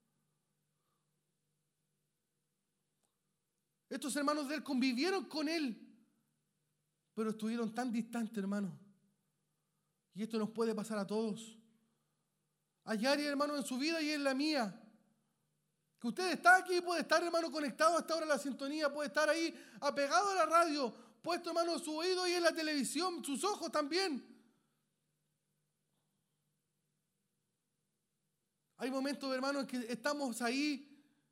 estos hermanos de Él convivieron con Él, pero estuvieron tan distantes, hermano. Y esto nos puede pasar a todos. Hay áreas, hermano, en su vida y en la mía, que usted está aquí, puede estar, hermano, conectado hasta ahora a la sintonía, puede estar ahí apegado a la radio, puesto, hermano, su oído ahí en la televisión, sus ojos también. Hay momentos, hermano, en que estamos ahí,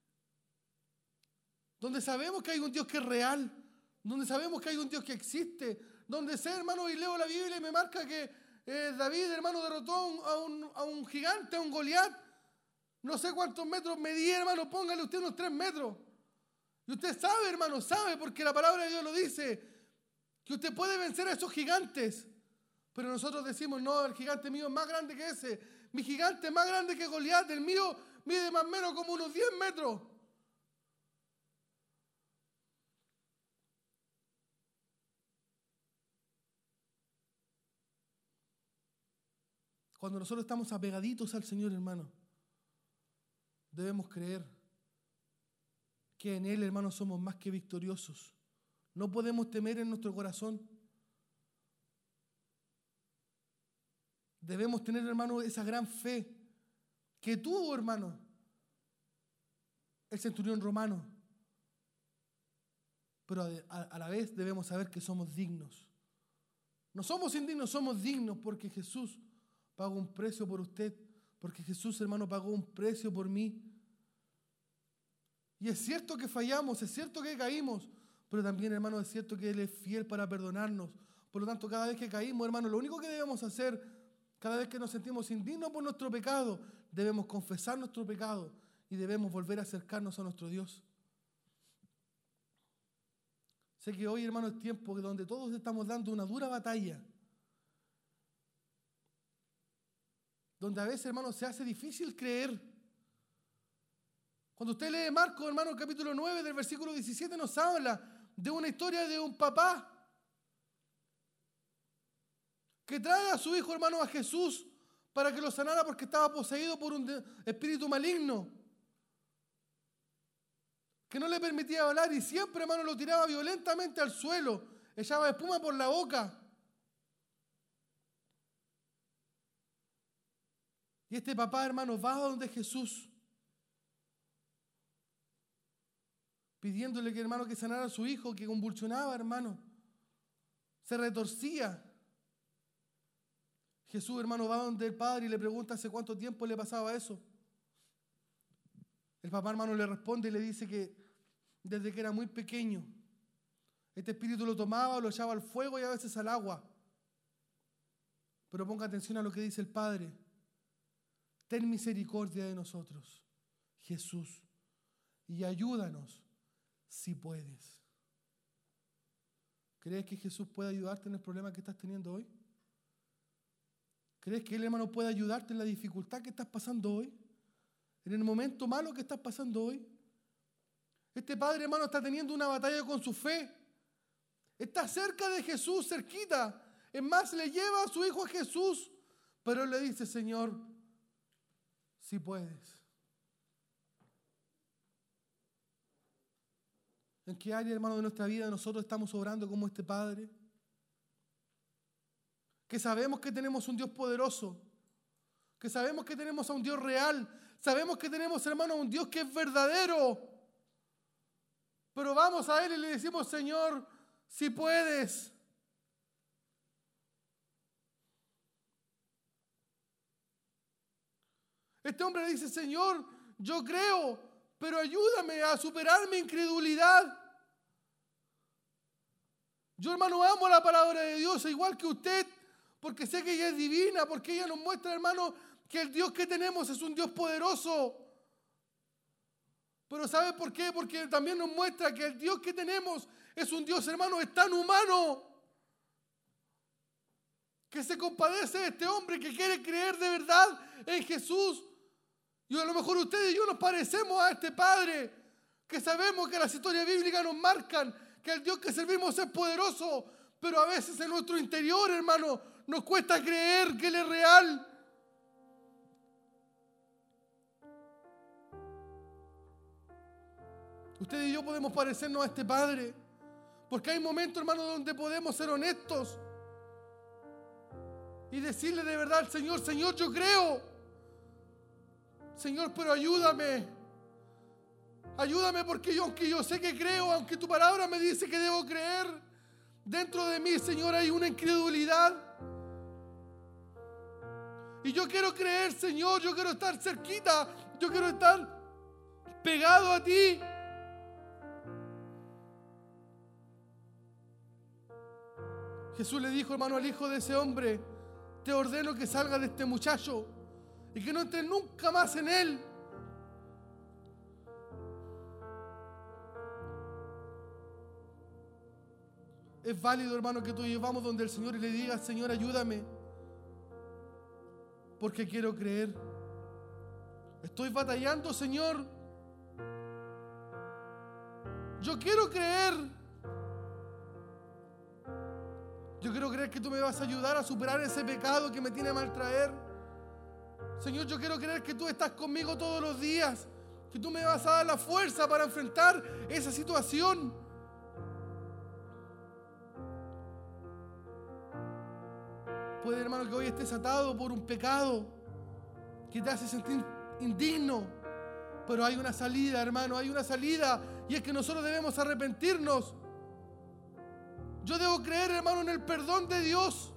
donde sabemos que hay un Dios que es real, donde sabemos que hay un Dios que existe, donde sé, hermano, y leo la Biblia y me marca que David, hermano, derrotó a un gigante, a un Goliat. No sé cuántos metros medía, hermano, póngale usted unos 3 metros. Y usted sabe, hermano, sabe, porque la palabra de Dios lo dice, que usted puede vencer a esos gigantes. Pero nosotros decimos: no, el gigante mío es más grande que ese. Mi gigante es más grande que Goliat. El mío mide más o menos como unos 10 metros. Cuando nosotros estamos apegaditos al Señor, hermano, debemos creer que en Él, hermano, somos más que victoriosos. No podemos temer en nuestro corazón. Debemos tener, hermano, esa gran fe que tuvo, hermano, el centurión romano. Pero a la vez debemos saber que somos dignos. No somos indignos, somos dignos porque Jesús pagó un precio por usted, porque Jesús, hermano, pagó un precio por mí. Y es cierto que fallamos, es cierto que caímos, pero también, hermano, es cierto que Él es fiel para perdonarnos. Por lo tanto, cada vez que caímos, hermano, lo único que debemos hacer, cada vez que nos sentimos indignos por nuestro pecado, debemos confesar nuestro pecado y debemos volver a acercarnos a nuestro Dios. Sé que hoy, hermano, es tiempo donde todos estamos dando una dura batalla, donde a veces, hermano, se hace difícil creer. Cuando usted lee Marcos, hermano, capítulo 9, del versículo 17, nos habla de una historia de un papá que trae a su hijo, hermano, a Jesús para que lo sanara porque estaba poseído por un espíritu maligno que no le permitía hablar y siempre, hermano, lo tiraba violentamente al suelo, echaba espuma por la boca. Y este papá, hermano, va a donde Jesús, pidiéndole que, hermano, que sanara a su hijo, que convulsionaba, hermano, se retorcía. Jesús, hermano, va donde el padre y le pregunta hace cuánto tiempo le pasaba eso. El papá, hermano, le responde y le dice que desde que era muy pequeño, este espíritu lo tomaba, lo echaba al fuego y a veces al agua. Pero ponga atención a lo que dice el Padre. Ten misericordia de nosotros, Jesús, y ayúdanos si puedes. ¿Crees que Jesús puede ayudarte en el problema que estás teniendo hoy? ¿Crees que Él, hermano, puede ayudarte en la dificultad que estás pasando hoy? ¿En el momento malo que estás pasando hoy? Este padre, hermano, está teniendo una batalla con su fe. Está cerca de Jesús, cerquita. Es más, le lleva a su hijo a Jesús. Pero él le dice, Señor, si puedes. ¿En qué área, hermano, de nuestra vida nosotros estamos obrando como este padre? Que sabemos que tenemos un Dios poderoso. Que sabemos que tenemos a un Dios real. Sabemos que tenemos, hermano, a un Dios que es verdadero. Pero vamos a Él y le decimos, Señor, si puedes. Este hombre le dice, Señor, yo creo, pero ayúdame a superar mi incredulidad. Yo, hermano, amo la palabra de Dios, igual que usted, porque sé que ella es divina, porque ella nos muestra, hermano, que el Dios que tenemos es un Dios poderoso. Pero ¿sabe por qué? Porque también nos muestra que el Dios que tenemos es un Dios, hermano, es tan humano, que se compadece de este hombre que quiere creer de verdad en Jesús. Y a lo mejor usted y yo nos parecemos a este padre, que sabemos que las historias bíblicas nos marcan que el Dios que servimos es poderoso, pero a veces en nuestro interior, hermano, nos cuesta creer que Él es real. Usted y yo podemos parecernos a este padre, porque hay momentos, hermano, donde podemos ser honestos y decirle de verdad al Señor, Señor, yo creo, Señor, pero ayúdame. Ayúdame porque aunque yo sé que creo, aunque tu palabra me dice que debo creer, dentro de mí, Señor, hay una incredulidad. Y yo quiero creer, Señor, yo quiero estar cerquita, yo quiero estar pegado a ti. Jesús le dijo, hermano, al hijo de ese hombre, te ordeno que salga de este muchacho y que no entres nunca más en él. Es válido, hermano, que tú y yo vamos donde el Señor y le digas, Señor, ayúdame, porque quiero creer. Estoy batallando, Señor. Yo quiero creer. Yo quiero creer que tú me vas a ayudar a superar ese pecado que me tiene a maltraer. Señor, yo quiero creer que tú estás conmigo todos los días, que tú me vas a dar la fuerza para enfrentar esa situación. Puede, hermano, que hoy estés atado por un pecado que te hace sentir indigno, pero hay una salida, hermano, hay una salida, y es que nosotros debemos arrepentirnos. Yo debo creer, hermano, en el perdón de Dios.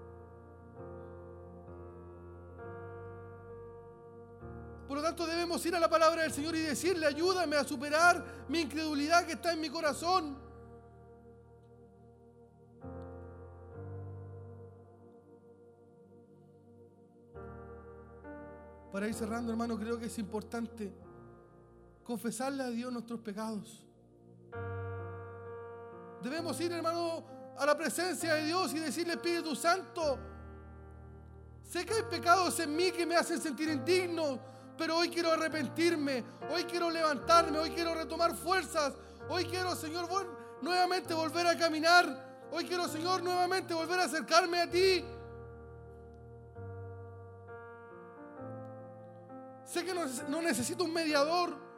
Por lo tanto, debemos ir a la palabra del Señor y decirle, ayúdame a superar mi incredulidad que está en mi corazón. Para ir cerrando, hermano, creo que es importante confesarle a Dios nuestros pecados. Debemos ir, hermano, a la presencia de Dios y decirle, Espíritu Santo, sé que hay pecados en mí que me hacen sentir indigno, pero hoy quiero arrepentirme, hoy quiero levantarme, hoy quiero retomar fuerzas, hoy quiero, Señor, nuevamente volver a caminar, hoy quiero, Señor, nuevamente volver a acercarme a ti. Sé que no necesito un mediador,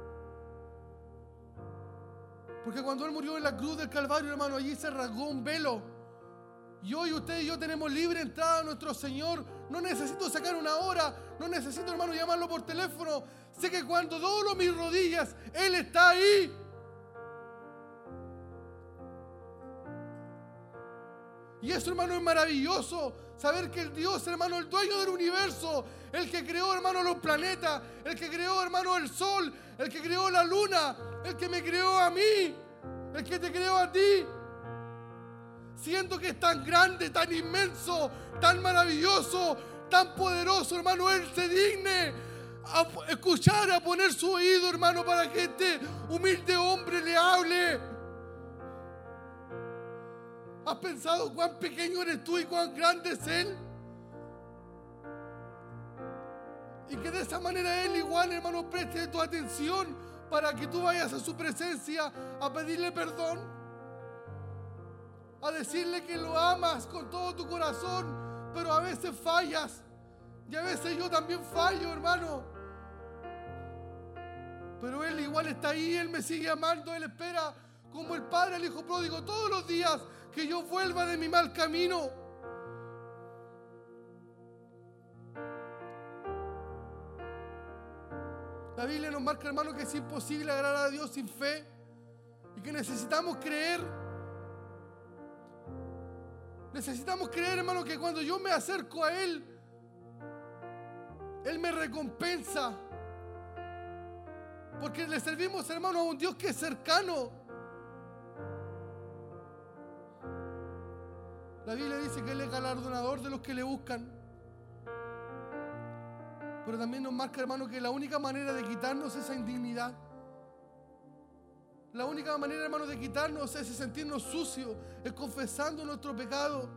porque cuando Él murió en la cruz del Calvario, hermano, allí se rasgó un velo. Y hoy usted y yo tenemos libre entrada a nuestro Señor. No necesito sacar una hora, no necesito, hermano, llamarlo por teléfono. Sé que cuando doblo mis rodillas, Él está ahí. Y eso, hermano, es maravilloso. Saber que el Dios, hermano, el dueño del universo, el que creó, hermano, los planetas, el que creó, hermano, el sol, el que creó la luna, el que me creó a mí, el que te creó a ti, siendo que es tan grande, tan inmenso, tan maravilloso, tan poderoso, hermano, Él se digne a escuchar, a poner su oído, hermano, para que este humilde hombre le hable. ¿Has pensado cuán pequeño eres tú y cuán grande es Él? Y que de esa manera Él igual, hermano, preste tu atención para que tú vayas a su presencia a pedirle perdón, a decirle que lo amas con todo tu corazón, pero a veces fallas. Y a veces yo también fallo, hermano. Pero Él igual está ahí, Él me sigue amando, Él espera como el Padre al Hijo pródigo todos los días que yo vuelva de mi mal camino. La Biblia nos marca, hermano, que es imposible agradar a Dios sin fe y que necesitamos creer. Necesitamos creer, hermano, que cuando yo me acerco a Él, Él me recompensa. Porque le servimos, hermano, a un Dios que es cercano. La Biblia dice que Él es galardonador de los que le buscan. Pero también nos marca, hermano, que la única manera de quitarnos esa indignidad, la única manera, hermano, de quitarnos ese sentirnos sucios, es confesando nuestro pecado.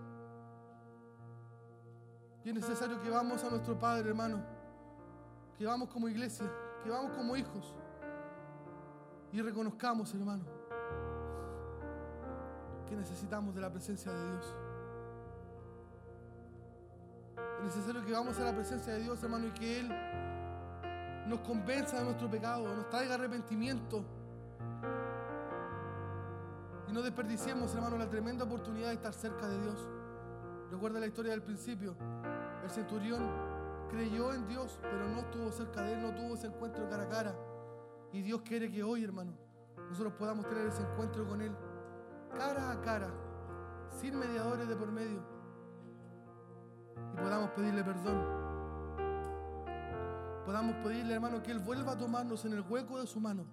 Y es necesario que vamos a nuestro Padre, hermano, que vamos como iglesia, que vamos como hijos y reconozcamos, hermano, que necesitamos de la presencia de Dios. Es necesario que vamos a la presencia de Dios, hermano, y que Él nos convenza de nuestro pecado, nos traiga arrepentimiento. Y no desperdiciemos, hermano, la tremenda oportunidad de estar cerca de Dios. Recuerda la historia del principio. El centurión creyó en Dios, pero no estuvo cerca de Él, no tuvo ese encuentro cara a cara. Y Dios quiere que hoy, hermano, nosotros podamos tener ese encuentro con Él, cara a cara, sin mediadores de por medio. Y podamos pedirle perdón. Podamos pedirle, hermano, que Él vuelva a tomarnos en el hueco de su mano.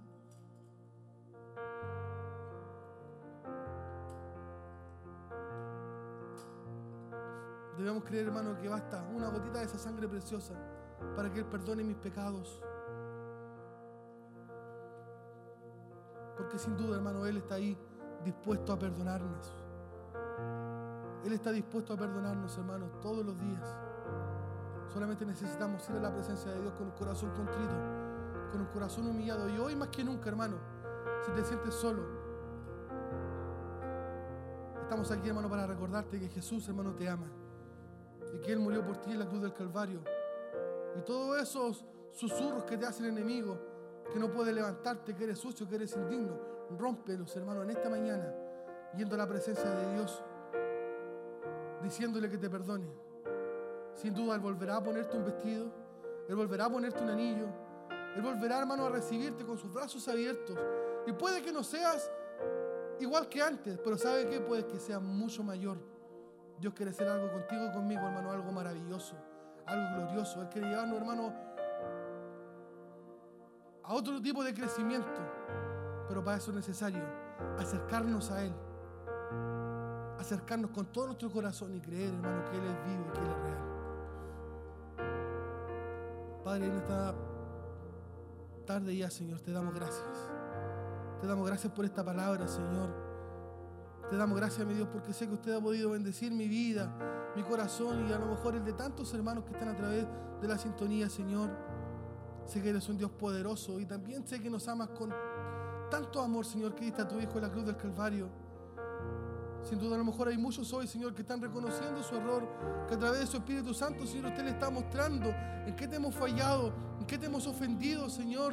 Debemos creer, hermano, que basta una gotita de esa sangre preciosa para que Él perdone mis pecados. Porque sin duda, hermano, Él está ahí dispuesto a perdonarnos. Él está dispuesto a perdonarnos, hermanos, todos los días. Solamente necesitamos ir a la presencia de Dios con un corazón contrito, con un corazón humillado. Y hoy más que nunca, hermano, si te sientes solo, estamos aquí, hermano, para recordarte que Jesús, hermano, te ama y que Él murió por ti en la cruz del Calvario. Y todos esos susurros que te hacen enemigo, que no puedes levantarte, que eres sucio, que eres indigno, rómpelos, hermano, en esta mañana, yendo a la presencia de Dios, diciéndole que te perdone. Sin duda Él volverá a ponerte un vestido, Él volverá a ponerte un anillo, Él volverá, hermano, a recibirte con sus brazos abiertos. Y puede que no seas igual que antes, pero ¿sabe qué? Puede que sea mucho mayor. Dios quiere hacer algo contigo y conmigo, hermano, algo maravilloso, algo glorioso. Él quiere llevarnos, hermano, a otro tipo de crecimiento, pero para eso es necesario acercarnos a Él, acercarnos con todo nuestro corazón y creer, hermano, que Él es vivo y que Él es real. Padre, en esta tarde ya, Señor, te damos gracias. Te damos gracias por esta palabra, Señor. Te damos gracias, mi Dios, porque sé que usted ha podido bendecir mi vida, mi corazón y a lo mejor el de tantos hermanos que están a través de la sintonía, Señor. Sé que eres un Dios poderoso y también sé que nos amas con tanto amor, Señor, que diste a tu Hijo en la cruz del Calvario. Sin duda, a lo mejor hay muchos hoy, Señor, que están reconociendo su error, que a través de su Espíritu Santo, Señor, usted le está mostrando en qué te hemos fallado, en qué te hemos ofendido, Señor.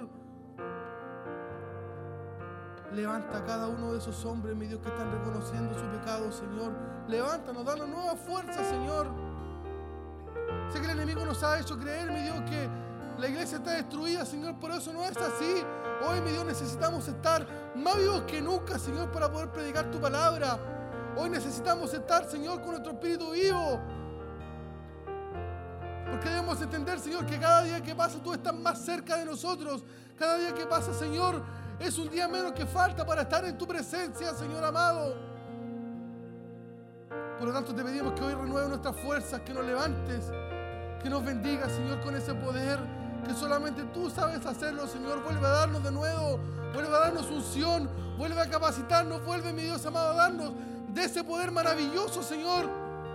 Levanta a cada uno de esos hombres, mi Dios, que están reconociendo su pecado, Señor. Levántanos, danos nueva fuerza, Señor. Sé que el enemigo nos ha hecho creer, mi Dios, que la iglesia está destruida, Señor, pero eso no es así. Hoy, mi Dios, necesitamos estar más vivos que nunca, Señor, para poder predicar tu palabra. Hoy necesitamos estar, Señor, con nuestro espíritu vivo. Porque debemos entender, Señor, que cada día que pasa tú estás más cerca de nosotros. Cada día que pasa, Señor, es un día menos que falta para estar en tu presencia, Señor amado. Por lo tanto, te pedimos que hoy renueve nuestras fuerzas, que nos levantes, que nos bendigas, Señor, con ese poder que solamente tú sabes hacerlo, Señor. Vuelve a darnos de nuevo, vuelve a darnos unción, vuelve a capacitarnos, vuelve, mi Dios amado, a darnos de ese poder maravilloso, Señor.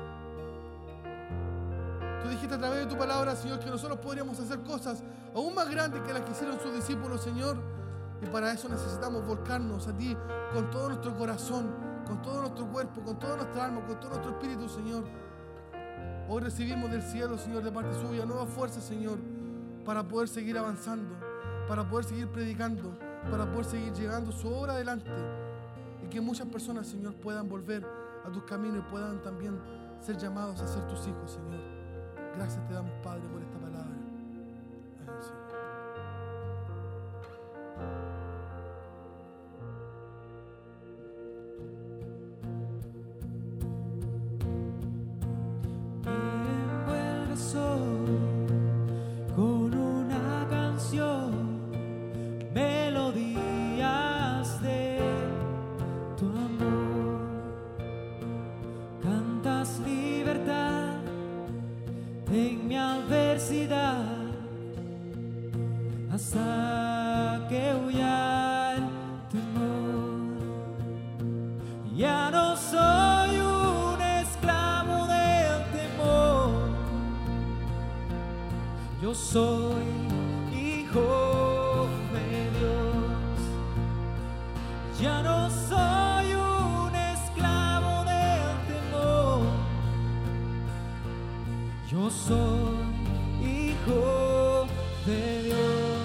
Tú dijiste a través de tu palabra, Señor, que nosotros podríamos hacer cosas aún más grandes que las que hicieron sus discípulos, Señor. Y para eso necesitamos volcarnos a ti con todo nuestro corazón, con todo nuestro cuerpo, con toda nuestra alma, con todo nuestro espíritu, Señor. Hoy recibimos del cielo, Señor, de parte suya, nueva fuerza, Señor, para poder seguir avanzando, para poder seguir predicando, para poder seguir llevando su obra adelante. Y que muchas personas, Señor, puedan volver a tus caminos y puedan también ser llamados a ser tus hijos, Señor. Gracias te damos, Padre, por esta palabra. Amén, Señor. Con una canción, melodías de tu amor, cantas libertad en mi adversidad, hasta que huya el temor. Ya no soy un esclavo del temor, yo soy hijo de Dios. Ya no soy un esclavo del temor, yo soy hijo de Dios.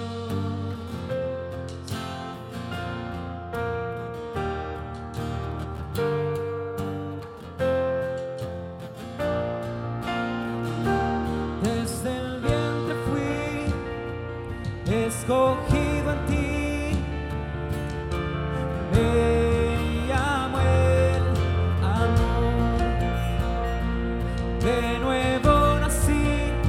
Desde el vientre fui escogido en ti, me llamó el amor, de nuevo nací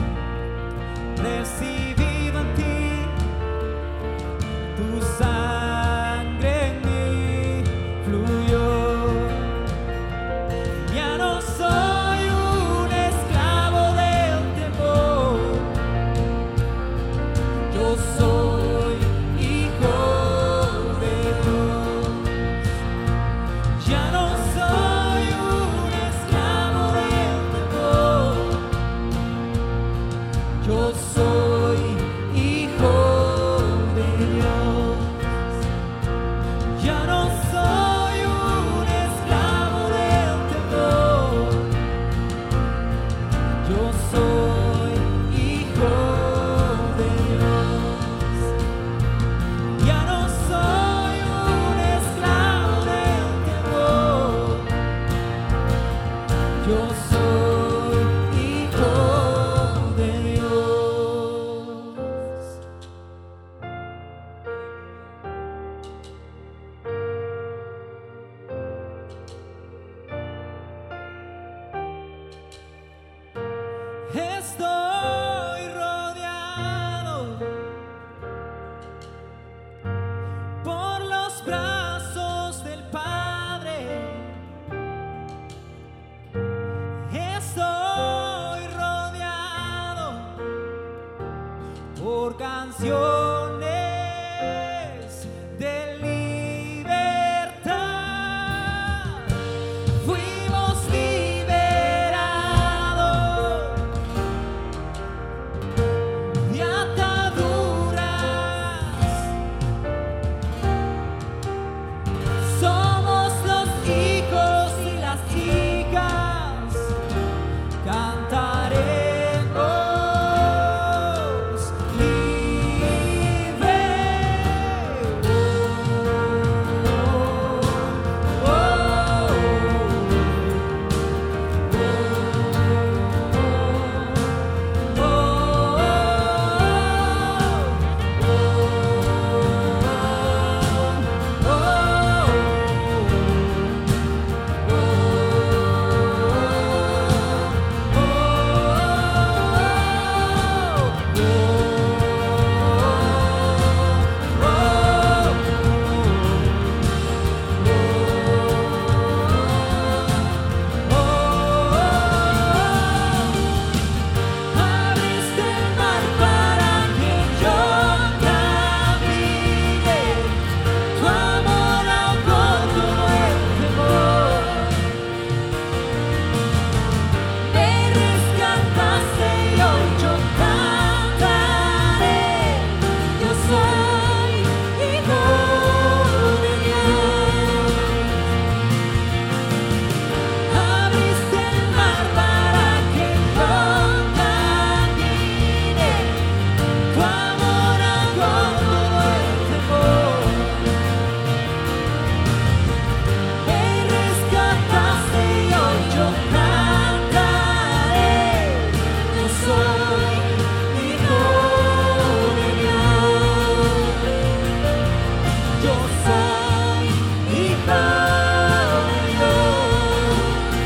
soy hijo de Dios.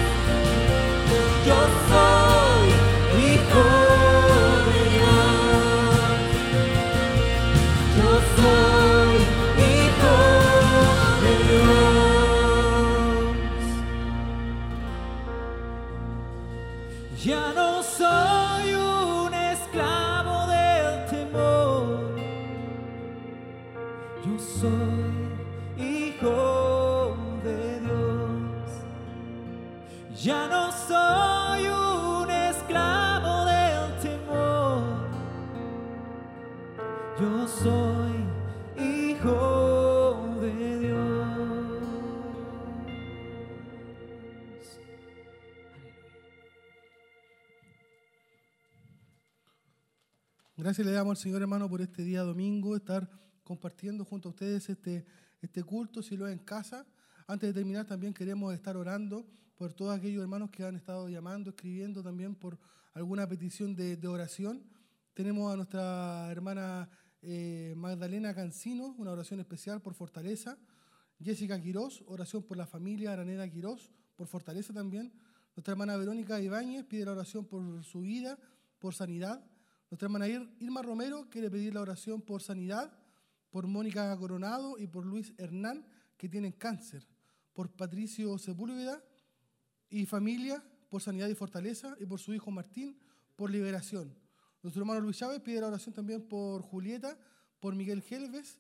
Yo soy hijo de Dios. Yo soy hijo de Dios. Ya no soy un esclavo del temor. Yo soy hijo de Dios. Ya no soy un esclavo del temor. Yo soy hijo de Dios. Gracias le damos al Señor, hermano, por este día domingo, estar compartiendo junto a ustedes este culto, si lo es en casa. Antes de terminar, también queremos estar orando por todos aquellos hermanos que han estado llamando, escribiendo también por alguna petición de oración. Tenemos a nuestra hermana Magdalena Cancino, una oración especial por fortaleza. Jessica Quirós, oración por la familia Araneda Quirós, por fortaleza también. Nuestra hermana Verónica Ibáñez pide la oración por su vida, por sanidad. Nuestra hermana Irma Romero quiere pedir la oración por sanidad, por Mónica Coronado y por Luis Hernán, que tienen cáncer. Por Patricio Sepúlveda y familia, por sanidad y fortaleza. Y por su hijo Martín, por liberación. Nuestro hermano Luis Chávez pide la oración también por Julieta, por Miguel Gelves,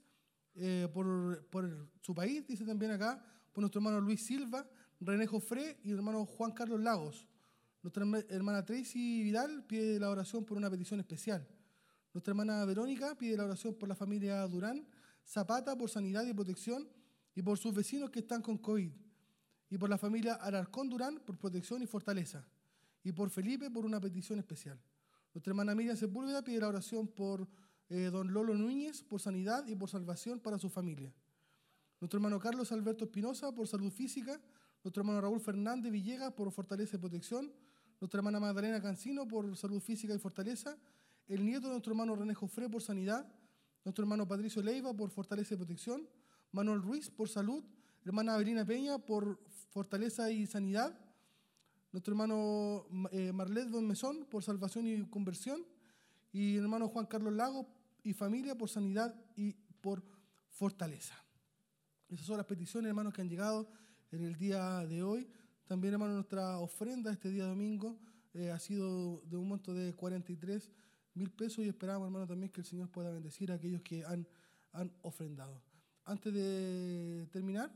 por su país, dice también acá, por nuestro hermano Luis Silva, René Jofré y el hermano Juan Carlos Lagos. Nuestra hermana Tracy Vidal pide la oración por una petición especial. Nuestra hermana Verónica pide la oración por la familia Durán Zapata, por sanidad y protección, y por sus vecinos que están con COVID. Y por la familia Alarcón Durán, por protección y fortaleza. Y por Felipe, por una petición especial. Nuestra hermana Miriam Sepúlveda pide la oración por don Lolo Núñez, por sanidad y por salvación para su familia. Nuestro hermano Carlos Alberto Espinosa, por salud física. Nuestro hermano Raúl Fernández Villegas, por fortaleza y protección. Nuestra hermana Magdalena Cancino, por salud física y fortaleza. El nieto de nuestro hermano René Jofré, por sanidad. Nuestro hermano Patricio Leiva, por fortaleza y protección. Manuel Ruiz, por salud. Hermana Avelina Peña, por fortaleza y sanidad. Nuestro hermano Marlet Don Mesón, por salvación y conversión. Y el hermano Juan Carlos Lagos y familia, por sanidad y por fortaleza. Esas son las peticiones, hermanos, que han llegado en el día de hoy. También, hermano, nuestra ofrenda este día domingo ha sido de un monto de 43,000 pesos y esperamos, hermano, también que el Señor pueda bendecir a aquellos que han ofrendado. Antes de terminar,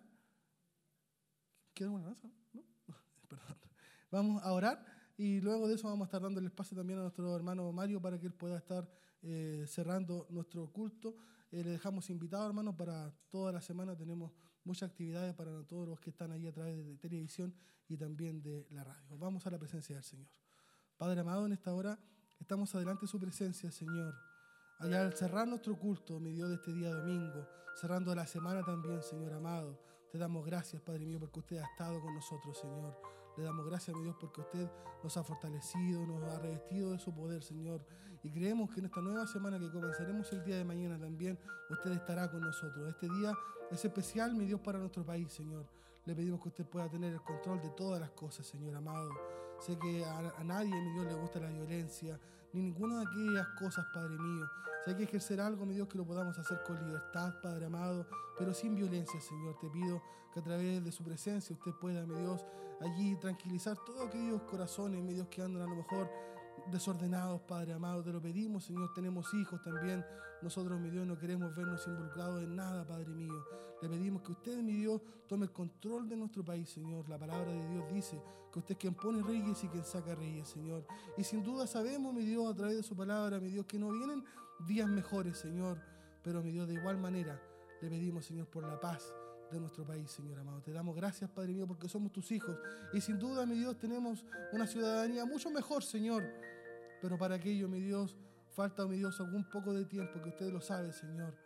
¿queda alguna cosa? ¿No? Perdón. Vamos a orar y luego de eso vamos a estar dando el espacio también a nuestro hermano Mario para que él pueda estar cerrando nuestro culto. Le dejamos invitados, hermanos, para toda la semana. Tenemos muchas actividades para todos los que están ahí a través de televisión y también de la radio. Vamos a la presencia del Señor. Padre amado, en esta hora estamos adelante de su presencia, Señor. Allá al cerrar nuestro culto, mi Dios, de este día domingo, cerrando la semana también, Señor amado, te damos gracias, Padre mío, porque usted ha estado con nosotros, Señor. Le damos gracias, mi Dios, porque usted nos ha fortalecido, nos ha revestido de su poder, Señor. Y creemos que en esta nueva semana que comenzaremos el día de mañana también, usted estará con nosotros. Este día es especial, mi Dios, para nuestro país, Señor. Le pedimos que usted pueda tener el control de todas las cosas, Señor amado. Sé que a nadie, mi Dios, le gusta la violencia, ni ninguna de aquellas cosas, Padre mío. Si hay que ejercer algo, mi Dios, que lo podamos hacer con libertad, Padre amado, pero sin violencia, Señor. Te pido que a través de su presencia usted pueda, mi Dios, allí tranquilizar todos aquellos corazones, mi Dios, que andan a lo mejor desordenados, Padre amado. Te lo pedimos, Señor. Tenemos hijos también. Nosotros, mi Dios, no queremos vernos involucrados en nada, Padre mío. Le pedimos que usted, mi Dios, tome el control de nuestro país, Señor. La palabra de Dios dice que usted es quien pone reyes y quien saca reyes, Señor. Y sin duda sabemos, mi Dios, a través de su palabra, mi Dios, que no vienen días mejores, Señor. Pero, mi Dios, de igual manera, le pedimos, Señor, por la paz de nuestro país, Señor amado. Te damos gracias, Padre mío, porque somos tus hijos. Y sin duda, mi Dios, tenemos una ciudadanía mucho mejor, Señor. Pero para aquello, mi Dios, falta, mi Dios, algún poco de tiempo, que usted lo sabe, Señor.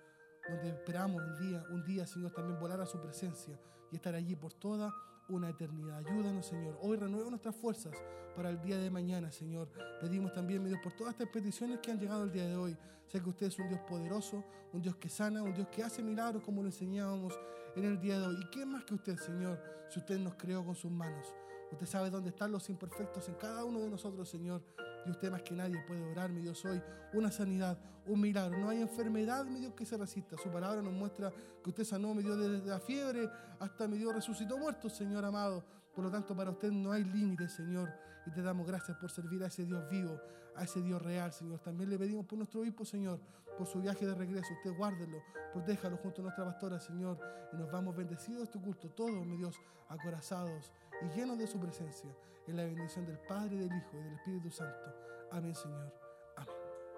donde esperamos un día, Señor, también volar a su presencia y estar allí por toda una eternidad. Ayúdanos, Señor. Hoy renueva nuestras fuerzas para el día de mañana, Señor. Pedimos también, mi Dios, por todas estas peticiones que han llegado el día de hoy. Sé que usted es un Dios poderoso, un Dios que sana, un Dios que hace milagros como lo enseñábamos en el día de hoy. ¿Y qué más que usted, Señor, si usted nos creó con sus manos? Usted sabe dónde están los imperfectos en cada uno de nosotros, Señor. Y usted más que nadie puede orar, mi Dios, hoy una sanidad, un milagro. No hay enfermedad, mi Dios, que se resista. Su palabra nos muestra que usted sanó, mi Dios, desde la fiebre hasta, mi Dios, resucitó muertos, Señor amado. Por lo tanto, para usted no hay límites, Señor. Y te damos gracias por servir a ese Dios vivo, a ese Dios real, Señor. También le pedimos por nuestro obispo, Señor, por su viaje de regreso. Usted guárdelo, protéjalo junto a nuestra pastora, Señor. Y nos vamos bendecidos de este culto, todos, mi Dios, acorazados y llenos de su presencia. En la bendición del Padre, del Hijo y del Espíritu Santo. Amén, Señor. Amén.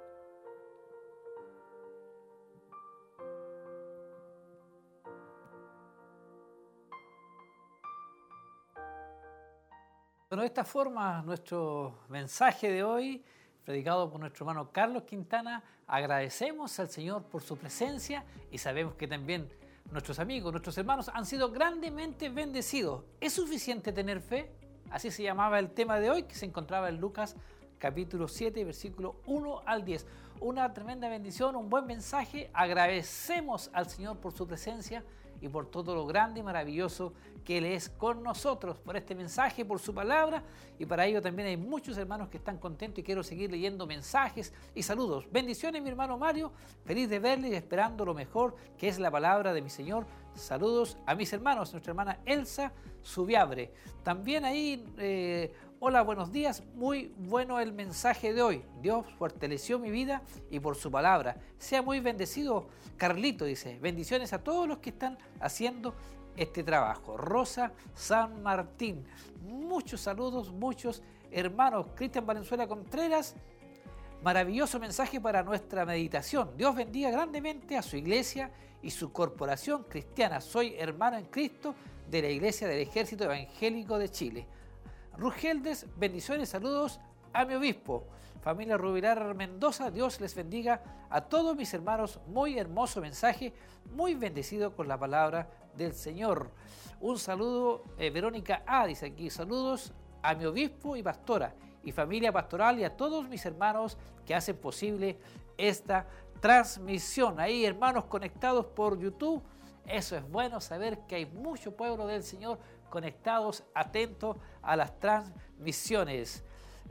Bueno, de esta forma, nuestro mensaje de hoy, predicado por nuestro hermano Carlos Quintana, agradecemos al Señor por su presencia y sabemos que también nuestros amigos, nuestros hermanos han sido grandemente bendecidos. ¿Es suficiente tener fe? Así se llamaba el tema de hoy, que se encontraba en Lucas capítulo 7, versículo 1 al 10. Una tremenda bendición, un buen mensaje. Agradecemos al Señor por su presencia y por todo lo grande y maravilloso que Él es con nosotros, por este mensaje, por su palabra, y para ello también hay muchos hermanos que están contentos y quiero seguir leyendo mensajes y saludos. Bendiciones, mi hermano Mario, feliz de verle y esperando lo mejor que es la palabra de mi Señor. Saludos a mis hermanos, nuestra hermana Elsa Subiabre. También ahí, hola, buenos días, muy bueno el mensaje de hoy. Dios fortaleció mi vida y por su palabra. Sea muy bendecido, Carlito, dice. Bendiciones a todos los que están haciendo este trabajo. Rosa San Martín. Muchos saludos, muchos hermanos. Cristian Valenzuela Contreras. Maravilloso mensaje para nuestra meditación. Dios bendiga grandemente a su iglesia y su corporación cristiana. Soy hermano en Cristo de la Iglesia del Ejército Evangélico de Chile. Rugeldes, bendiciones, saludos a mi obispo. Familia Rubilar Mendoza, Dios les bendiga a todos mis hermanos. Muy hermoso mensaje, muy bendecido con la palabra del Señor. Un saludo, Verónica A. dice aquí, saludos a mi obispo y pastora y familia pastoral y a todos mis hermanos que hacen posible esta transmisión. Ahí, hermanos conectados por YouTube, eso es bueno saber que hay mucho pueblo del Señor conectados, atentos a las transmisiones.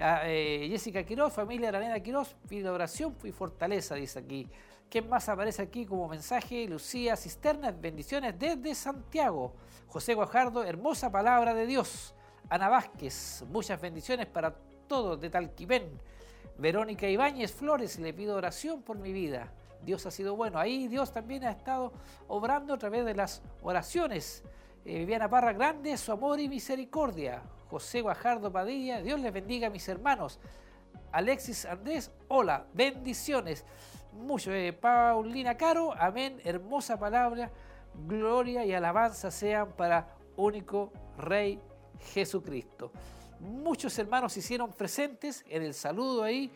Jessica Quiroz, familia Araneda Quiroz, pide oración y fortaleza, dice aquí. ¿Quién más aparece aquí como mensaje? Lucía Cisternas, bendiciones desde Santiago. José Guajardo, hermosa palabra de Dios. Ana Vázquez, muchas bendiciones para todos de Talquipén. Verónica Ibáñez Flores, le pido oración por mi vida. Dios ha sido bueno. Ahí Dios también ha estado obrando a través de las oraciones. Viviana Parra Grande, su amor y misericordia. José Guajardo Padilla, Dios les bendiga a mis hermanos. Alexis Andrés, hola, bendiciones. Mucho. Paulina Caro, amén, hermosa palabra. Gloria y alabanza sean para único Rey Jesucristo. Muchos hermanos se hicieron presentes en el saludo ahí.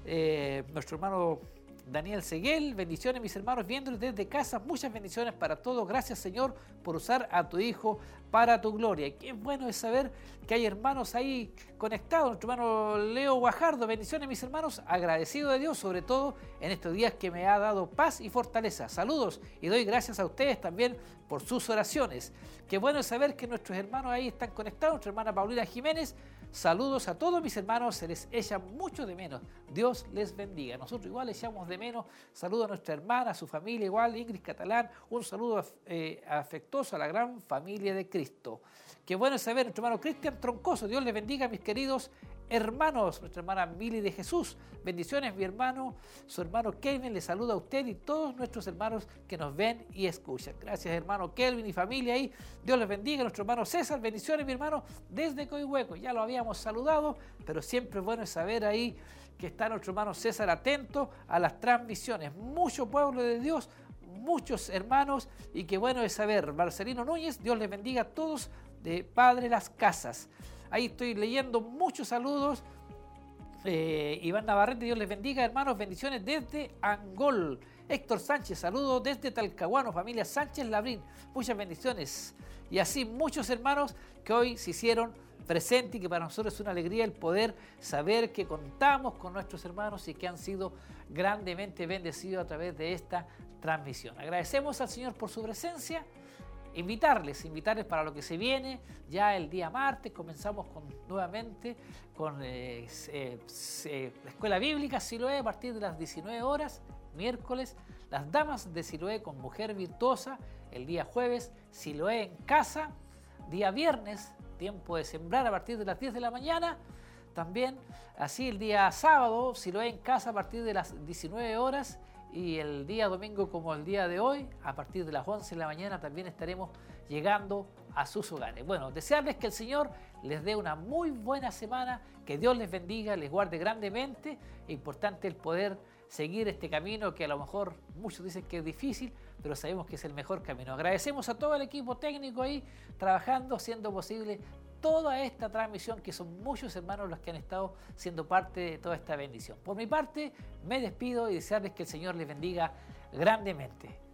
Nuestro hermano Daniel Seguel, bendiciones mis hermanos, viéndoles desde casa, muchas bendiciones para todos. Gracias Señor por usar a tu Hijo para tu gloria. Y qué bueno es saber que hay hermanos ahí conectados. Nuestro hermano Leo Guajardo, bendiciones mis hermanos, agradecido de Dios, sobre todo en estos días que me ha dado paz y fortaleza. Saludos y doy gracias a ustedes también por sus oraciones. Qué bueno es saber que nuestros hermanos ahí están conectados. Nuestra hermana Paulina Jiménez, saludos a todos mis hermanos, se les echa mucho de menos. Dios les bendiga. Nosotros igual echamos de menos. Saludo a nuestra hermana, a su familia igual, Ingrid Catalán. Un saludo afectuoso a la gran familia de Cristo. Qué bueno es saber, nuestro hermano Cristian Troncoso. Dios les bendiga a mis queridos hermanos. Nuestra hermana Mili de Jesús. Bendiciones, mi hermano. Su hermano Kevin le saluda a usted y todos nuestros hermanos que nos ven y escuchan. Gracias, hermano Kelvin y familia ahí. Dios les bendiga. Nuestro hermano César. Bendiciones, mi hermano, desde Coihueco. Ya lo habíamos saludado, pero siempre es bueno saber ahí que está nuestro hermano César atento a las transmisiones. Mucho pueblo de Dios, muchos hermanos, y qué bueno es saber. Marcelino Núñez, Dios les bendiga a todos de Padre Las Casas. Ahí estoy leyendo muchos saludos. Iván Navarrete, Dios les bendiga, hermanos, bendiciones desde Angol. Héctor Sánchez, saludos desde Talcahuano, familia Sánchez Labrín. Muchas bendiciones. Y así muchos hermanos que hoy se hicieron presentes y que para nosotros es una alegría el poder saber que contamos con nuestros hermanos y que han sido grandemente bendecidos a través de esta transmisión. Agradecemos al Señor por su presencia. Invitarles para lo que se viene. Ya el día martes comenzamos nuevamente con la Escuela Bíblica Siloé a partir de las 19 horas. Miércoles, las Damas de Siloé con Mujer Virtuosa. El día jueves, Siloé en casa. Día viernes, Tiempo de Sembrar a partir de las 10 de la mañana. También, así el día sábado, Siloé en casa a partir de las 19 horas. Y el día domingo, como el día de hoy, a partir de las 11 de la mañana también estaremos llegando a sus hogares. Bueno, desearles que el Señor les dé una muy buena semana, que Dios les bendiga, les guarde grandemente. Es importante el poder seguir este camino que a lo mejor muchos dicen que es difícil, pero sabemos que es el mejor camino. Agradecemos a todo el equipo técnico ahí trabajando, haciendo posible toda esta transmisión, que son muchos hermanos los que han estado siendo parte de toda esta bendición. Por mi parte, me despido y desearles que el Señor les bendiga grandemente.